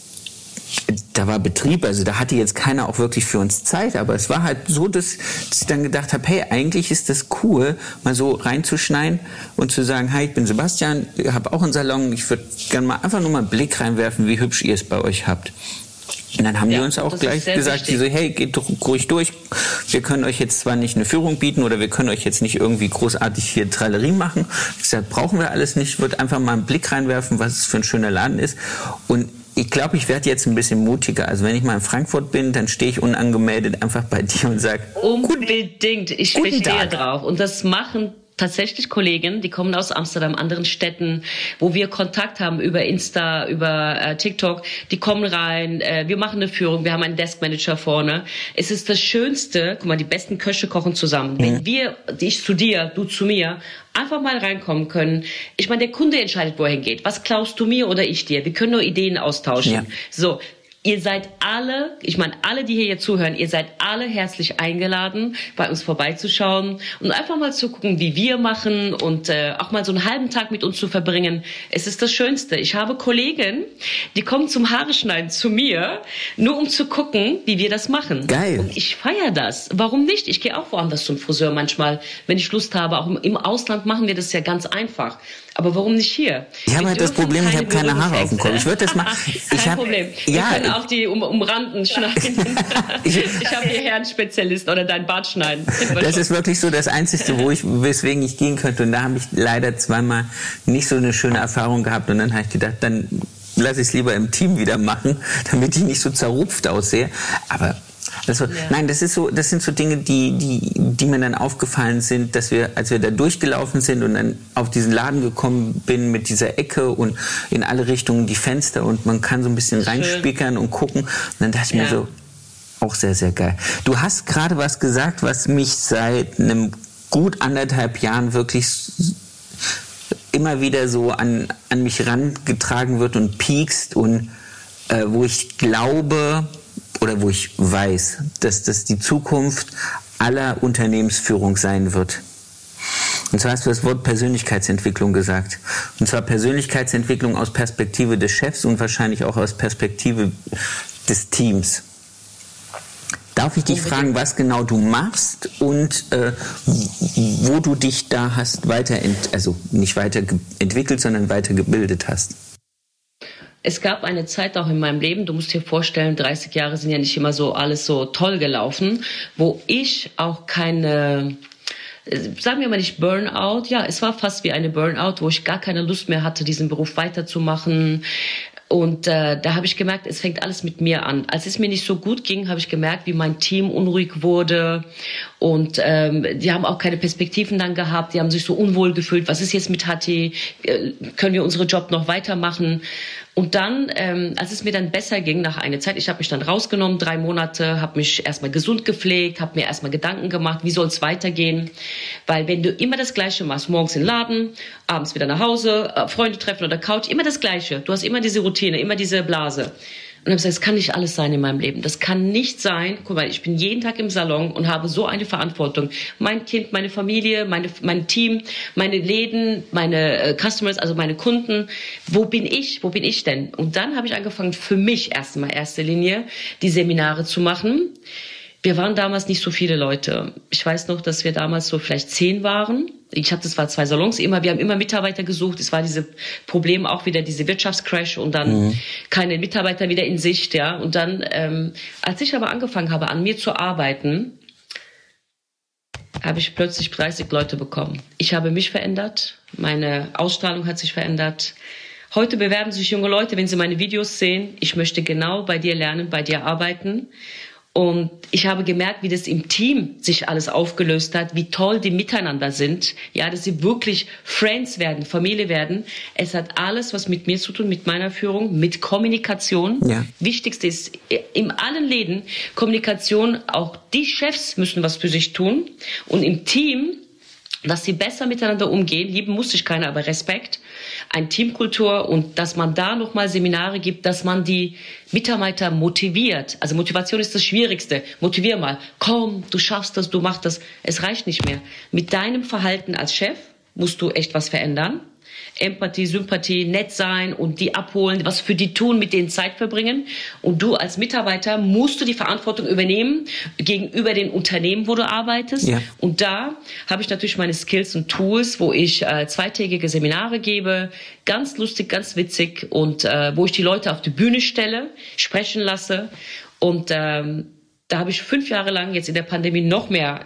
da war Betrieb, also da hatte jetzt keiner auch wirklich für uns Zeit, aber es war halt so, dass, dass ich dann gedacht habe, hey, eigentlich ist das cool, mal so reinzuschneiden und zu sagen, hi, ich bin Sebastian, ich habe auch einen Salon, ich würde gerne mal einfach nur mal einen Blick reinwerfen, wie hübsch ihr es bei euch habt. Und dann haben ja, die uns auch gleich gesagt, die so, hey, geht doch ruhig durch, wir können euch jetzt zwar nicht eine Führung bieten oder wir können euch jetzt nicht irgendwie großartig hier Trallerie machen. Ich gesagt, brauchen wir alles nicht, ich würde einfach mal einen Blick reinwerfen, was es für ein schöner Laden ist. Und ich glaube, ich werde jetzt ein bisschen mutiger. Also wenn ich mal in Frankfurt bin, dann stehe ich unangemeldet einfach bei dir und sage, unbedingt, ich bestehe drauf. Und das machen tatsächlich Kollegen, die kommen aus Amsterdam, anderen Städten, wo wir Kontakt haben über Insta, über äh, TikTok, die kommen rein, äh, wir machen eine Führung, wir haben einen Deskmanager vorne. Es ist das Schönste, guck mal, die besten Köche kochen zusammen. Mhm. Wenn wir, ich zu dir, du zu mir, einfach mal reinkommen können. Ich meine, der Kunde entscheidet, wo er hingeht. Was klaust du mir oder ich dir? Wir können nur Ideen austauschen. Ja. So. Ihr seid alle, ich meine, alle, die hier zuhören, ihr seid alle herzlich eingeladen, bei uns vorbeizuschauen und einfach mal zu gucken, wie wir machen und äh, auch mal so einen halben Tag mit uns zu verbringen. Es ist das Schönste. Ich habe Kollegen, die kommen zum Haare schneiden zu mir, nur um zu gucken, wie wir das machen. Geil. Und ich feiere das. Warum nicht? Ich gehe auch woanders zum Friseur manchmal, wenn ich Lust habe. Auch im Ausland machen wir das ja ganz einfach. Aber warum nicht hier? Ich habe halt das Problem, ich habe keine Haare auf dem Kopf. Ich würde das mal. Kein ich hab, Problem. Wir ja, können auch die um, umranden schneiden. ich ich habe hier Herrenspezialist oder dein Bart schneiden. Das ist wirklich so das Einzige, wo ich, weswegen ich gehen könnte. Und da habe ich leider zweimal nicht so eine schöne Erfahrung gehabt. Und dann habe ich gedacht, dann lasse ich es lieber im Team wieder machen, damit ich nicht so zerrupft aussehe. Aber Das war, ja. Nein, das ist so, das sind so Dinge, die, die, die mir dann aufgefallen sind, dass wir, als wir da durchgelaufen sind und dann auf diesen Laden gekommen bin mit dieser Ecke und in alle Richtungen die Fenster und man kann so ein bisschen reinspickern und gucken. Und dann dachte ich ja. mir so, auch sehr, sehr geil. Du hast gerade was gesagt, was mich seit einem gut anderthalb Jahren wirklich immer wieder so an, an mich rangetragen wird und piekst und äh, wo ich glaube, oder wo ich weiß, dass das die Zukunft aller Unternehmensführung sein wird. Und zwar hast du das Wort Persönlichkeitsentwicklung gesagt. Und zwar Persönlichkeitsentwicklung aus Perspektive des Chefs und wahrscheinlich auch aus Perspektive des Teams. Darf ich dich fragen, was genau du machst und äh, wo du dich da hast weiterent, also nicht weiterentwickelt, sondern weitergebildet hast? Es gab eine Zeit auch in meinem Leben, du musst dir vorstellen, dreißig Jahre sind ja nicht immer so alles so toll gelaufen, wo ich auch keine, sagen wir mal nicht Burnout, ja, es war fast wie eine Burnout, wo ich gar keine Lust mehr hatte, diesen Beruf weiterzumachen. Und äh, da habe ich gemerkt, es fängt alles mit mir an. Als es mir nicht so gut ging, habe ich gemerkt, wie mein Team unruhig wurde. Und ähm, die haben auch keine Perspektiven dann gehabt. Die haben sich so unwohl gefühlt. Was ist jetzt mit Hatti? Äh, können wir unseren Job noch weitermachen? Und dann, ähm, als es mir dann besser ging nach einer Zeit, ich habe mich dann rausgenommen, drei Monate, habe mich erstmal gesund gepflegt, habe mir erstmal Gedanken gemacht, wie soll es weitergehen? Weil wenn du immer das Gleiche machst, morgens in den Laden, abends wieder nach Hause, äh, Freunde treffen oder Couch, immer das Gleiche. Du hast immer diese Routine, immer diese Blase. Und ich habe gesagt, das kann nicht alles sein in meinem Leben. Das kann nicht sein. Guck mal, ich bin jeden Tag im Salon und habe so eine Verantwortung. Mein Kind, meine Familie, meine, mein Team, meine Läden, meine äh, Customers, also meine Kunden. Wo bin ich? Wo bin ich denn? Und dann habe ich angefangen, für mich erstmal erste Linie die Seminare zu machen. Wir waren damals nicht so viele Leute. Ich weiß noch, dass wir damals so vielleicht zehn waren. Ich habe, das war zwei Salons immer. Wir haben immer Mitarbeiter gesucht. Es war diese Problem auch wieder, diese Wirtschaftscrash und dann mhm. keine Mitarbeiter wieder in Sicht, ja. Und dann, ähm, als ich aber angefangen habe, an mir zu arbeiten, habe ich plötzlich dreißig Leute bekommen. Ich habe mich verändert. Meine Ausstrahlung hat sich verändert. Heute bewerben sich junge Leute, wenn sie meine Videos sehen. Ich möchte genau bei dir lernen, bei dir arbeiten. Und ich habe gemerkt, wie das im Team sich alles aufgelöst hat, wie toll die miteinander sind, ja, dass sie wirklich Friends werden, Familie werden. Es hat alles was mit mir zu tun, mit meiner Führung, mit Kommunikation. Ja. Wichtigste ist in allen Läden Kommunikation. Auch die Chefs müssen was für sich tun und im Team, dass sie besser miteinander umgehen. Lieben muss sich keiner, aber Respekt, ein Teamkultur und dass man da nochmal Seminare gibt, dass man die Mitarbeiter motiviert. Also Motivation ist das Schwierigste. Motivier mal. Komm, du schaffst das, du machst das. Es reicht nicht mehr. Mit deinem Verhalten als Chef musst du echt was verändern. Empathie, Sympathie, nett sein und die abholen, was für die tun, mit denen Zeit verbringen. Und du als Mitarbeiter musst du die Verantwortung übernehmen gegenüber den Unternehmen, wo du arbeitest. Ja. Und da habe ich natürlich meine Skills und Tools, wo ich äh, zweitägige Seminare gebe, ganz lustig, ganz witzig und äh, wo ich die Leute auf die Bühne stelle, sprechen lasse. Und ähm, da habe ich fünf Jahre lang jetzt in der Pandemie noch mehr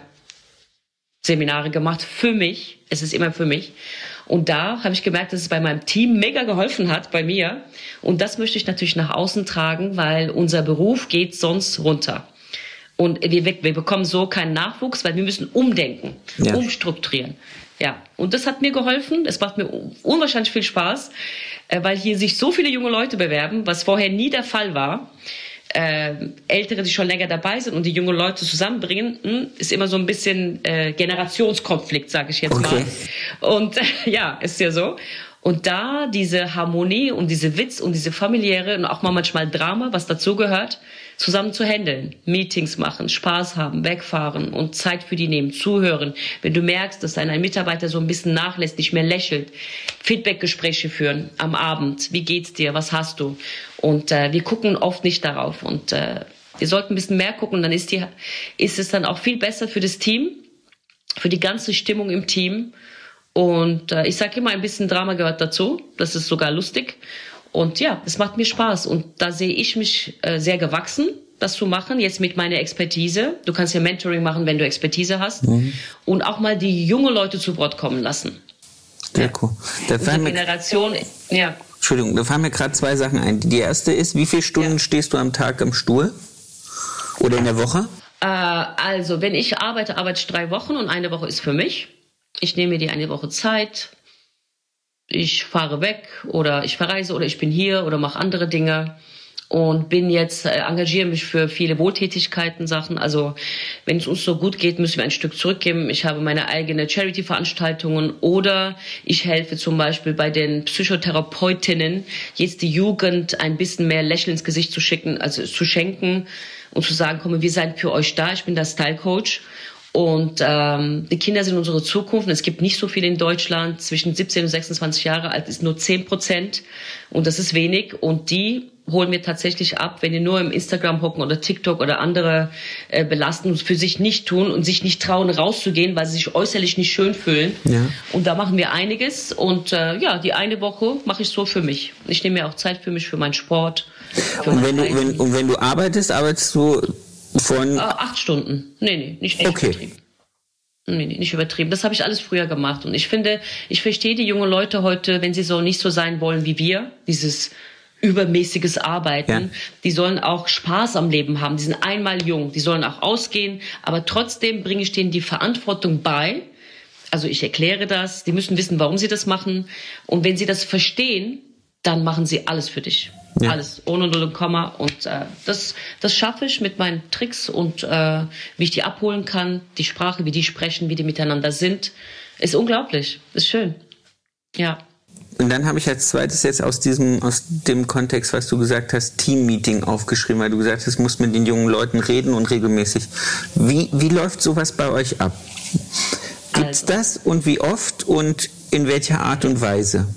Seminare gemacht für mich. Es ist immer für mich. Und da habe ich gemerkt, dass es bei meinem Team mega geholfen hat, bei mir. Und das möchte ich natürlich nach außen tragen, weil unser Beruf geht sonst runter. Und wir, wir bekommen so keinen Nachwuchs, weil wir müssen umdenken, ja. umstrukturieren. Ja, und das hat mir geholfen. Es macht mir unwahrscheinlich viel Spaß, weil hier sich so viele junge Leute bewerben, was vorher nie der Fall war. Äh, Ältere, die schon länger dabei sind und die jungen Leute zusammenbringen, mh, ist immer so ein bisschen äh, Generationskonflikt, sage ich jetzt okay. mal. Und äh, ja, ist ja so. Und da diese Harmonie und diese Witz und diese familiäre und auch mal manchmal Drama, was dazugehört, zusammen zu handeln. Meetings machen, Spaß haben, wegfahren und Zeit für die nehmen, zuhören. Wenn du merkst, dass ein Mitarbeiter so ein bisschen nachlässt, nicht mehr lächelt, Feedbackgespräche führen am Abend. Wie geht's dir? Was hast du? Und äh, wir gucken oft nicht darauf. Und äh, wir sollten ein bisschen mehr gucken. Dann ist, die, ist es dann auch viel besser für das Team, für die ganze Stimmung im Team. Und äh, ich sage immer, ein bisschen Drama gehört dazu. Das ist sogar lustig. Und ja, es macht mir Spaß. Und da sehe ich mich äh, sehr gewachsen, das zu machen, jetzt mit meiner Expertise. Du kannst ja Mentoring machen, wenn du Expertise hast. Mhm. Und auch mal die jungen Leute zu Wort kommen lassen. Sehr cool. Da Unsere Generation, ja. Entschuldigung, da fallen mir gerade zwei Sachen ein. Die erste ist, wie viele Stunden ja. stehst du am Tag am Stuhl? Oder in der Woche? Äh, also, wenn ich arbeite, arbeite ich drei Wochen und eine Woche ist für mich. Ich nehme mir die eine Woche Zeit. Ich fahre weg oder ich verreise oder ich bin hier oder mache andere Dinge und bin jetzt, äh, engagiere mich für viele Wohltätigkeiten, Sachen. Also wenn es uns so gut geht, müssen wir ein Stück zurückgeben. Ich habe meine eigene Charity-Veranstaltungen oder ich helfe zum Beispiel bei den Psychotherapeutinnen, jetzt die Jugend ein bisschen mehr Lächeln ins Gesicht zu schicken, also zu schenken und zu sagen, komm, wir sind für euch da. Ich bin der Style-Coach. Und ähm, die Kinder sind unsere Zukunft. Es gibt nicht so viele in Deutschland. Zwischen siebzehn und sechsundzwanzig Jahre alt ist nur zehn Prozent. Und das ist wenig. Und die holen wir tatsächlich ab, wenn die nur im Instagram hocken oder TikTok oder andere äh, belasten und für sich nicht tun und sich nicht trauen, rauszugehen, weil sie sich äußerlich nicht schön fühlen. Ja. Und da machen wir einiges. Und äh, ja, die eine Woche mache ich so für mich. Ich nehme mir auch Zeit für mich, für meinen Sport. Für und, wenn du, wenn, und wenn du arbeitest, arbeitest du von... Äh, acht Stunden. Nee, nee, nicht, nicht okay. übertrieben. Nee, nee, nicht übertrieben. Das habe ich alles früher gemacht. Und ich finde, ich verstehe die jungen Leute heute, wenn sie so nicht so sein wollen wie wir, dieses übermäßiges Arbeiten. Ja. Die sollen auch Spaß am Leben haben. Die sind einmal jung. Die sollen auch ausgehen. Aber trotzdem bringe ich denen die Verantwortung bei. Also ich erkläre das. Die müssen wissen, warum sie das machen. Und wenn sie das verstehen, dann machen sie alles für dich. Ja. Alles, ohne Null und Komma. Und äh, das, das schaffe ich mit meinen Tricks und äh, wie ich die abholen kann. Die Sprache, wie die sprechen, wie die miteinander sind. Ist unglaublich. Ist schön. Ja. Und dann habe ich als zweites jetzt aus diesem, aus dem Kontext, was du gesagt hast, Teammeeting aufgeschrieben, weil du gesagt hast, du musst mit den jungen Leuten reden und regelmäßig. Wie, wie läuft sowas bei euch ab? Gibt's also. das und wie oft und in welcher Art und Weise?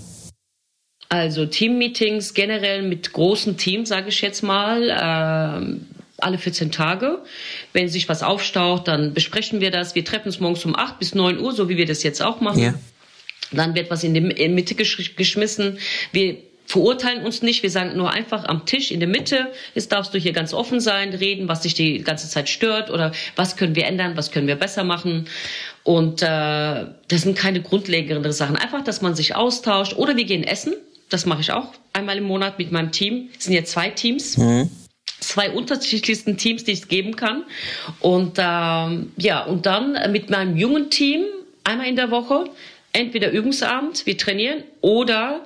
Also Teammeetings generell mit großen Teams, sage ich jetzt mal, äh, alle vierzehn Tage. Wenn sich was aufstaut, dann besprechen wir das. Wir treffen uns morgens um acht bis neun Uhr, so wie wir das jetzt auch machen. Ja. Dann wird was in die Mitte gesch- geschmissen. Wir verurteilen uns nicht, wir sagen nur einfach am Tisch in der Mitte, jetzt darfst du hier ganz offen sein, reden, was dich die ganze Zeit stört oder was können wir ändern, was können wir besser machen. Und äh, das sind keine grundlegenderen Sachen. Einfach, dass man sich austauscht oder wir gehen essen. Das mache ich auch einmal im Monat mit meinem Team. Es sind ja zwei Teams. Mhm. Zwei unterschiedlichsten Teams, die es geben kann. Und ähm, ja, und dann mit meinem jungen Team einmal in der Woche entweder Übungsabend, wir trainieren, oder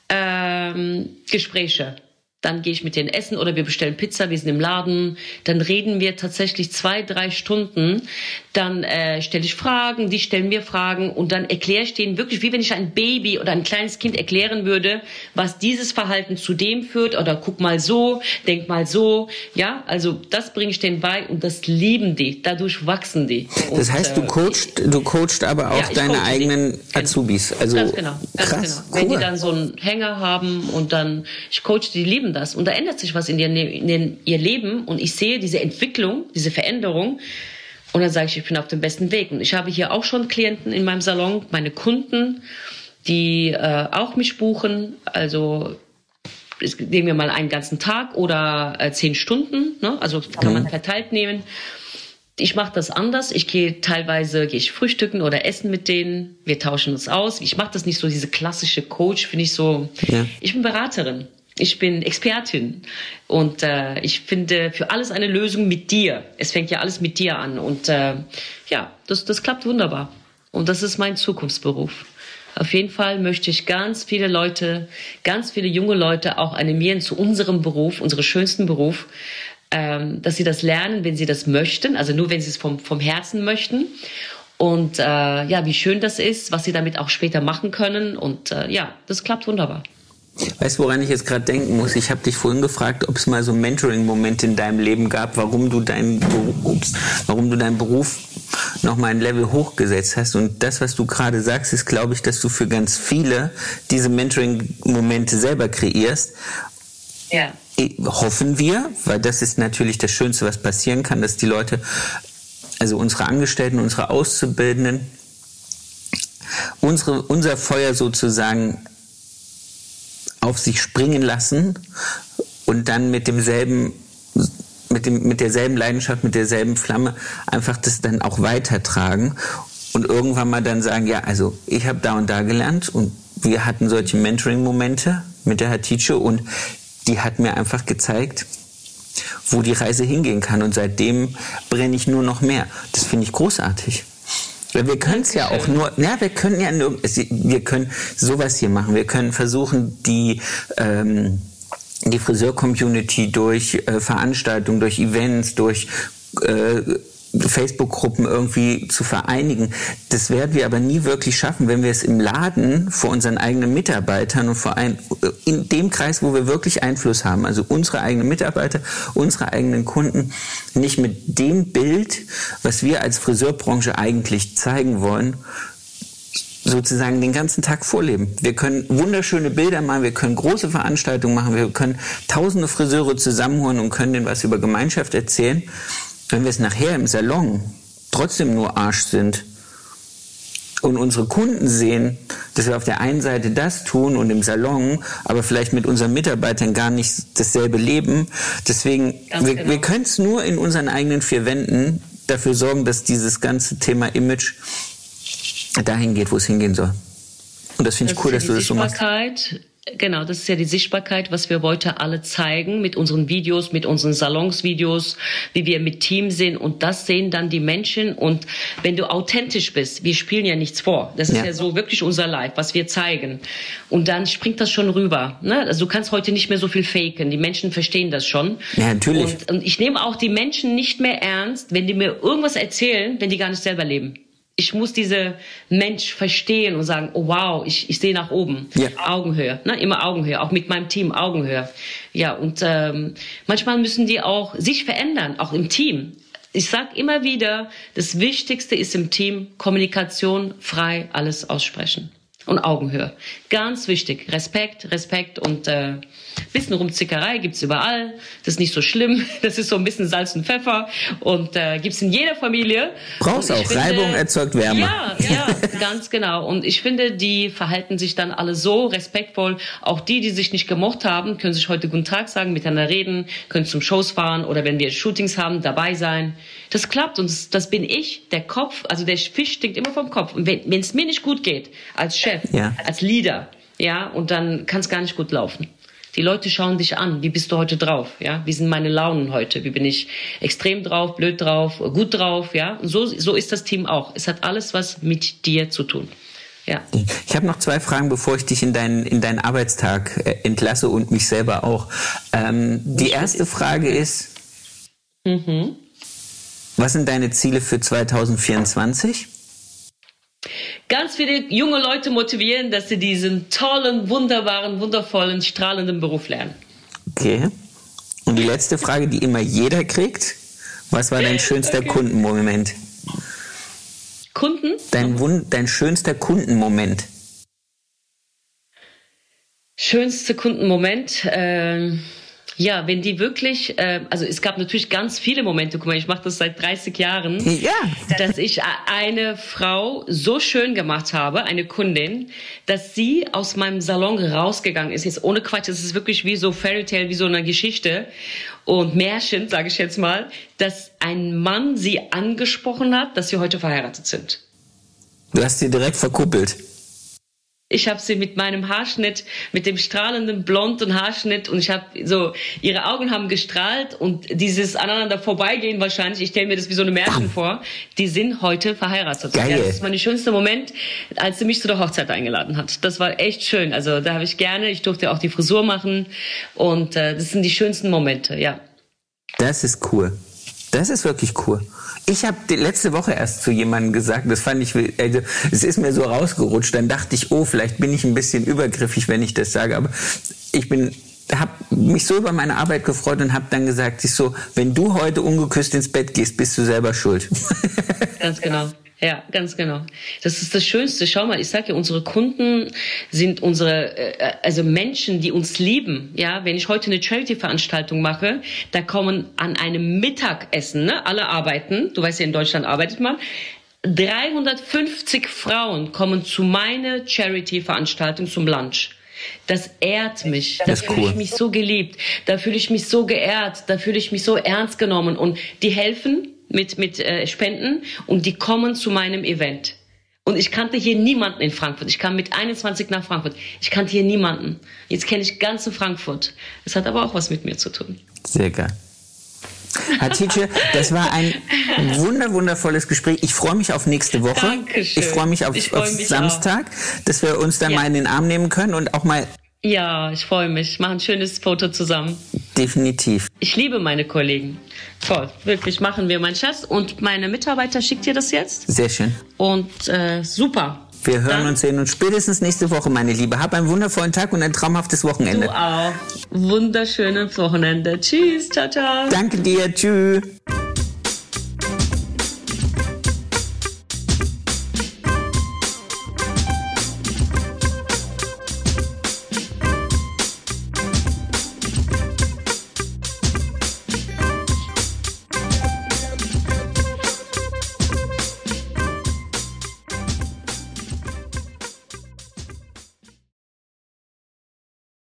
ähm, Gespräche. Dann gehe ich mit denen essen oder wir bestellen Pizza, wir sind im Laden. Dann reden wir tatsächlich zwei, drei Stunden. Dann äh, stelle ich Fragen, die stellen mir Fragen und dann erkläre ich denen wirklich, wie wenn ich ein Baby oder ein kleines Kind erklären würde, was dieses Verhalten zu dem führt oder guck mal so, denk mal so. Ja, also das bringe ich denen bei und das lieben die. Dadurch wachsen die. Und, das heißt, du coachst, du coachst aber auch ja, deine eigenen die. Azubis. Also ganz genau, ganz krass, genau. Wenn cool. die dann so einen Hänger haben und dann, ich coach die, die lieben das. Und da ändert sich was in ihr, in ihr Leben und ich sehe diese Entwicklung, diese Veränderung und dann sage ich, ich bin auf dem besten Weg. Und ich habe hier auch schon Klienten in meinem Salon, meine Kunden, die äh, auch mich buchen, also nehmen wir mal einen ganzen Tag oder äh, zehn Stunden, ne? Also kann man verteilt nehmen. Ich mache das anders. Ich gehe teilweise gehe ich frühstücken oder essen mit denen. Wir tauschen uns aus. Ich mache das nicht so, diese klassische Coach, finde ich so. Ja. Ich bin Beraterin. Ich bin Expertin und äh, ich finde für alles eine Lösung mit dir. Es fängt ja alles mit dir an und äh, ja, das, das klappt wunderbar. Und das ist mein Zukunftsberuf. Auf jeden Fall möchte ich ganz viele Leute, ganz viele junge Leute auch animieren zu unserem Beruf, unserem schönsten Beruf, ähm, dass sie das lernen, wenn sie das möchten, also nur wenn sie es vom, vom Herzen möchten. Und äh, ja, wie schön das ist, was sie damit auch später machen können. Und äh, ja, das klappt wunderbar. Weißt du, woran ich jetzt gerade denken muss? Ich habe dich vorhin gefragt, ob es mal so Mentoring-Momente in deinem Leben gab, warum du deinen Beruf, warum du deinen Beruf noch mal ein Level hochgesetzt hast. Und das, was du gerade sagst, ist, glaube ich, dass du für ganz viele diese Mentoring-Momente selber kreierst. Ja. Hoffen wir, weil das ist natürlich das Schönste, was passieren kann, dass die Leute, also unsere Angestellten, unsere Auszubildenden, unsere, unser Feuer sozusagen auf sich springen lassen und dann mit demselben, mit dem, mit derselben Leidenschaft, mit derselben Flamme einfach das dann auch weitertragen und irgendwann mal dann sagen, ja, also ich habe da und da gelernt und wir hatten solche Mentoring-Momente mit der Hatice und die hat mir einfach gezeigt, wo die Reise hingehen kann und seitdem brenne ich nur noch mehr. Das finde ich großartig. Wir können es ja auch nur, ja, wir können ja nur, wir können sowas hier machen. Wir können versuchen, die, ähm, die Friseur-Community durch äh, Veranstaltungen, durch Events, durch äh, Facebook-Gruppen irgendwie zu vereinigen. Das werden wir aber nie wirklich schaffen, wenn wir es im Laden vor unseren eigenen Mitarbeitern und vor allem in dem Kreis, wo wir wirklich Einfluss haben, also unsere eigenen Mitarbeiter, unsere eigenen Kunden, nicht mit dem Bild, was wir als Friseurbranche eigentlich zeigen wollen, sozusagen den ganzen Tag vorleben. Wir können wunderschöne Bilder machen, wir können große Veranstaltungen machen, wir können tausende Friseure zusammenholen und können denen was über Gemeinschaft erzählen. Wenn wir es nachher im Salon trotzdem nur Arsch sind und unsere Kunden sehen, dass wir auf der einen Seite das tun und im Salon, aber vielleicht mit unseren Mitarbeitern gar nicht dasselbe leben. Deswegen, wir, genau. wir können es nur in unseren eigenen vier Wänden dafür sorgen, dass dieses ganze Thema Image dahin geht, wo es hingehen soll. Und das finde ich cool, dass du das so machst. Genau, das ist ja die Sichtbarkeit, was wir heute alle zeigen mit unseren Videos, mit unseren Salonsvideos, wie wir mit Team sind und das sehen dann die Menschen und wenn du authentisch bist, wir spielen ja nichts vor, das ist ja, ja so wirklich unser Live, was wir zeigen und dann springt das schon rüber, ne? Also du kannst heute nicht mehr so viel faken, die Menschen verstehen das schon. Ja, natürlich. Und, und ich nehme auch die Menschen nicht mehr ernst, wenn die mir irgendwas erzählen, wenn die gar nicht selber leben. Ich muss diese Mensch verstehen und sagen, oh wow, ich, ich sehe nach oben. Ja. Augenhöhe, ne? Immer Augenhöhe, auch mit meinem Team Augenhöhe. Ja, und ähm, manchmal müssen die auch sich verändern, auch im Team. Ich sag immer wieder, das Wichtigste ist im Team Kommunikation, frei alles aussprechen. Und Augenhöhe. Ganz wichtig. Respekt, Respekt und äh, bisschen Rumzickerei gibt's überall. Das ist nicht so schlimm. Das ist so ein bisschen Salz und Pfeffer und äh, gibt's in jeder Familie. Brauchst auch. Finde, Reibung erzeugt Wärme. Ja, ja, ganz genau. Und ich finde, die verhalten sich dann alle so respektvoll. Auch die, die sich nicht gemocht haben, können sich heute Guten Tag sagen, miteinander reden, können zum Shows fahren oder wenn wir Shootings haben, dabei sein. Das klappt und das, das bin ich, der Kopf, also der Fisch stinkt immer vom Kopf. Und wenn es mir nicht gut geht, als Chef, ja. als Leader, ja, und dann kann es gar nicht gut laufen. Die Leute schauen dich an, wie bist du heute drauf, ja, wie sind meine Launen heute, wie bin ich extrem drauf, blöd drauf, gut drauf, ja, und so, so ist das Team auch. Es hat alles was mit dir zu tun. Ja. Ich habe noch zwei Fragen, bevor ich dich in deinen, in deinen Arbeitstag äh, entlasse und mich selber auch. Ähm, die erste Frage ist, mhm. was sind deine Ziele für zwanzig vierundzwanzig? Ganz viele junge Leute motivieren, dass sie diesen tollen, wunderbaren, wundervollen, strahlenden Beruf lernen. Okay. Und die letzte Frage, die immer jeder kriegt. Was war dein schönster okay. Kundenmoment? Kunden? Dein, Wund- dein schönster Kundenmoment? Schönster Kundenmoment? Äh, ja, wenn die wirklich, äh, also es gab natürlich ganz viele Momente, guck mal, ich mache das seit dreißig Jahren, ja. dass ich eine Frau so schön gemacht habe, eine Kundin, dass sie aus meinem Salon rausgegangen ist. Jetzt ohne Quatsch, das ist wirklich wie so Fairytale, wie so eine Geschichte und Märchen, sage ich jetzt mal, dass ein Mann sie angesprochen hat, dass sie heute verheiratet sind. Du hast sie direkt verkuppelt. Ich habe sie mit meinem Haarschnitt, mit dem strahlenden blonden Haarschnitt und ich habe so, ihre Augen haben gestrahlt und dieses aneinander vorbeigehen wahrscheinlich, ich stelle mir das wie so eine Märchen vor, die sind heute verheiratet. Geil. Ja, das ist mein schönster Moment, als sie mich zu der Hochzeit eingeladen hat. Das war echt schön, also da habe ich gerne, ich durfte auch die Frisur machen und äh, das sind die schönsten Momente, ja. Das ist cool. Das ist wirklich cool. Ich habe letzte Woche erst zu jemandem gesagt, das fand ich, also es ist mir so rausgerutscht, dann dachte ich, oh, vielleicht bin ich ein bisschen übergriffig, wenn ich das sage, aber ich bin, habe mich so über meine Arbeit gefreut und habe dann gesagt, ich so, wenn du heute ungeküsst ins Bett gehst, bist du selber schuld. Ganz genau. Ja, ganz genau. Das ist das Schönste. Schau mal, ich sage ja, unsere Kunden sind unsere, äh, also Menschen, die uns lieben. Ja, wenn ich heute eine Charity-Veranstaltung mache, da kommen an einem Mittagessen, ne, alle arbeiten. Du weißt ja, in Deutschland arbeitet man. dreihundertfünfzig Frauen kommen zu meiner Charity-Veranstaltung zum Lunch. Das ehrt mich. Da fühle ich mich so geliebt. Da fühle ich mich so geehrt. Da fühle ich mich so ernst genommen. Und die helfen mit mit äh, Spenden und die kommen zu meinem Event. Und ich kannte hier niemanden in Frankfurt. Ich kam mit einundzwanzig nach Frankfurt. Ich kannte hier niemanden. Jetzt kenne ich ganze Frankfurt. Das hat aber auch was mit mir zu tun. Sehr geil. Hatice, das war ein wunder, wundervolles Gespräch. Ich freue mich auf nächste Woche. Dankeschön. Ich freue mich auf, ich freu auf mich Samstag, auch. Dass wir uns dann ja. mal in den Arm nehmen können und auch mal... Ja, ich freue mich. Machen ein schönes Foto zusammen. Definitiv. Ich liebe meine Kollegen. Toll, wirklich, machen wir, mein Schatz. Und meine Mitarbeiter schickt dir das jetzt. Sehr schön. Und äh, super. Wir hören Dann, uns sehen uns spätestens nächste Woche, meine Liebe. Hab einen wundervollen Tag und ein traumhaftes Wochenende. Du auch. Wunderschönes Wochenende. Tschüss, ciao, ciao. Danke dir, tschüss.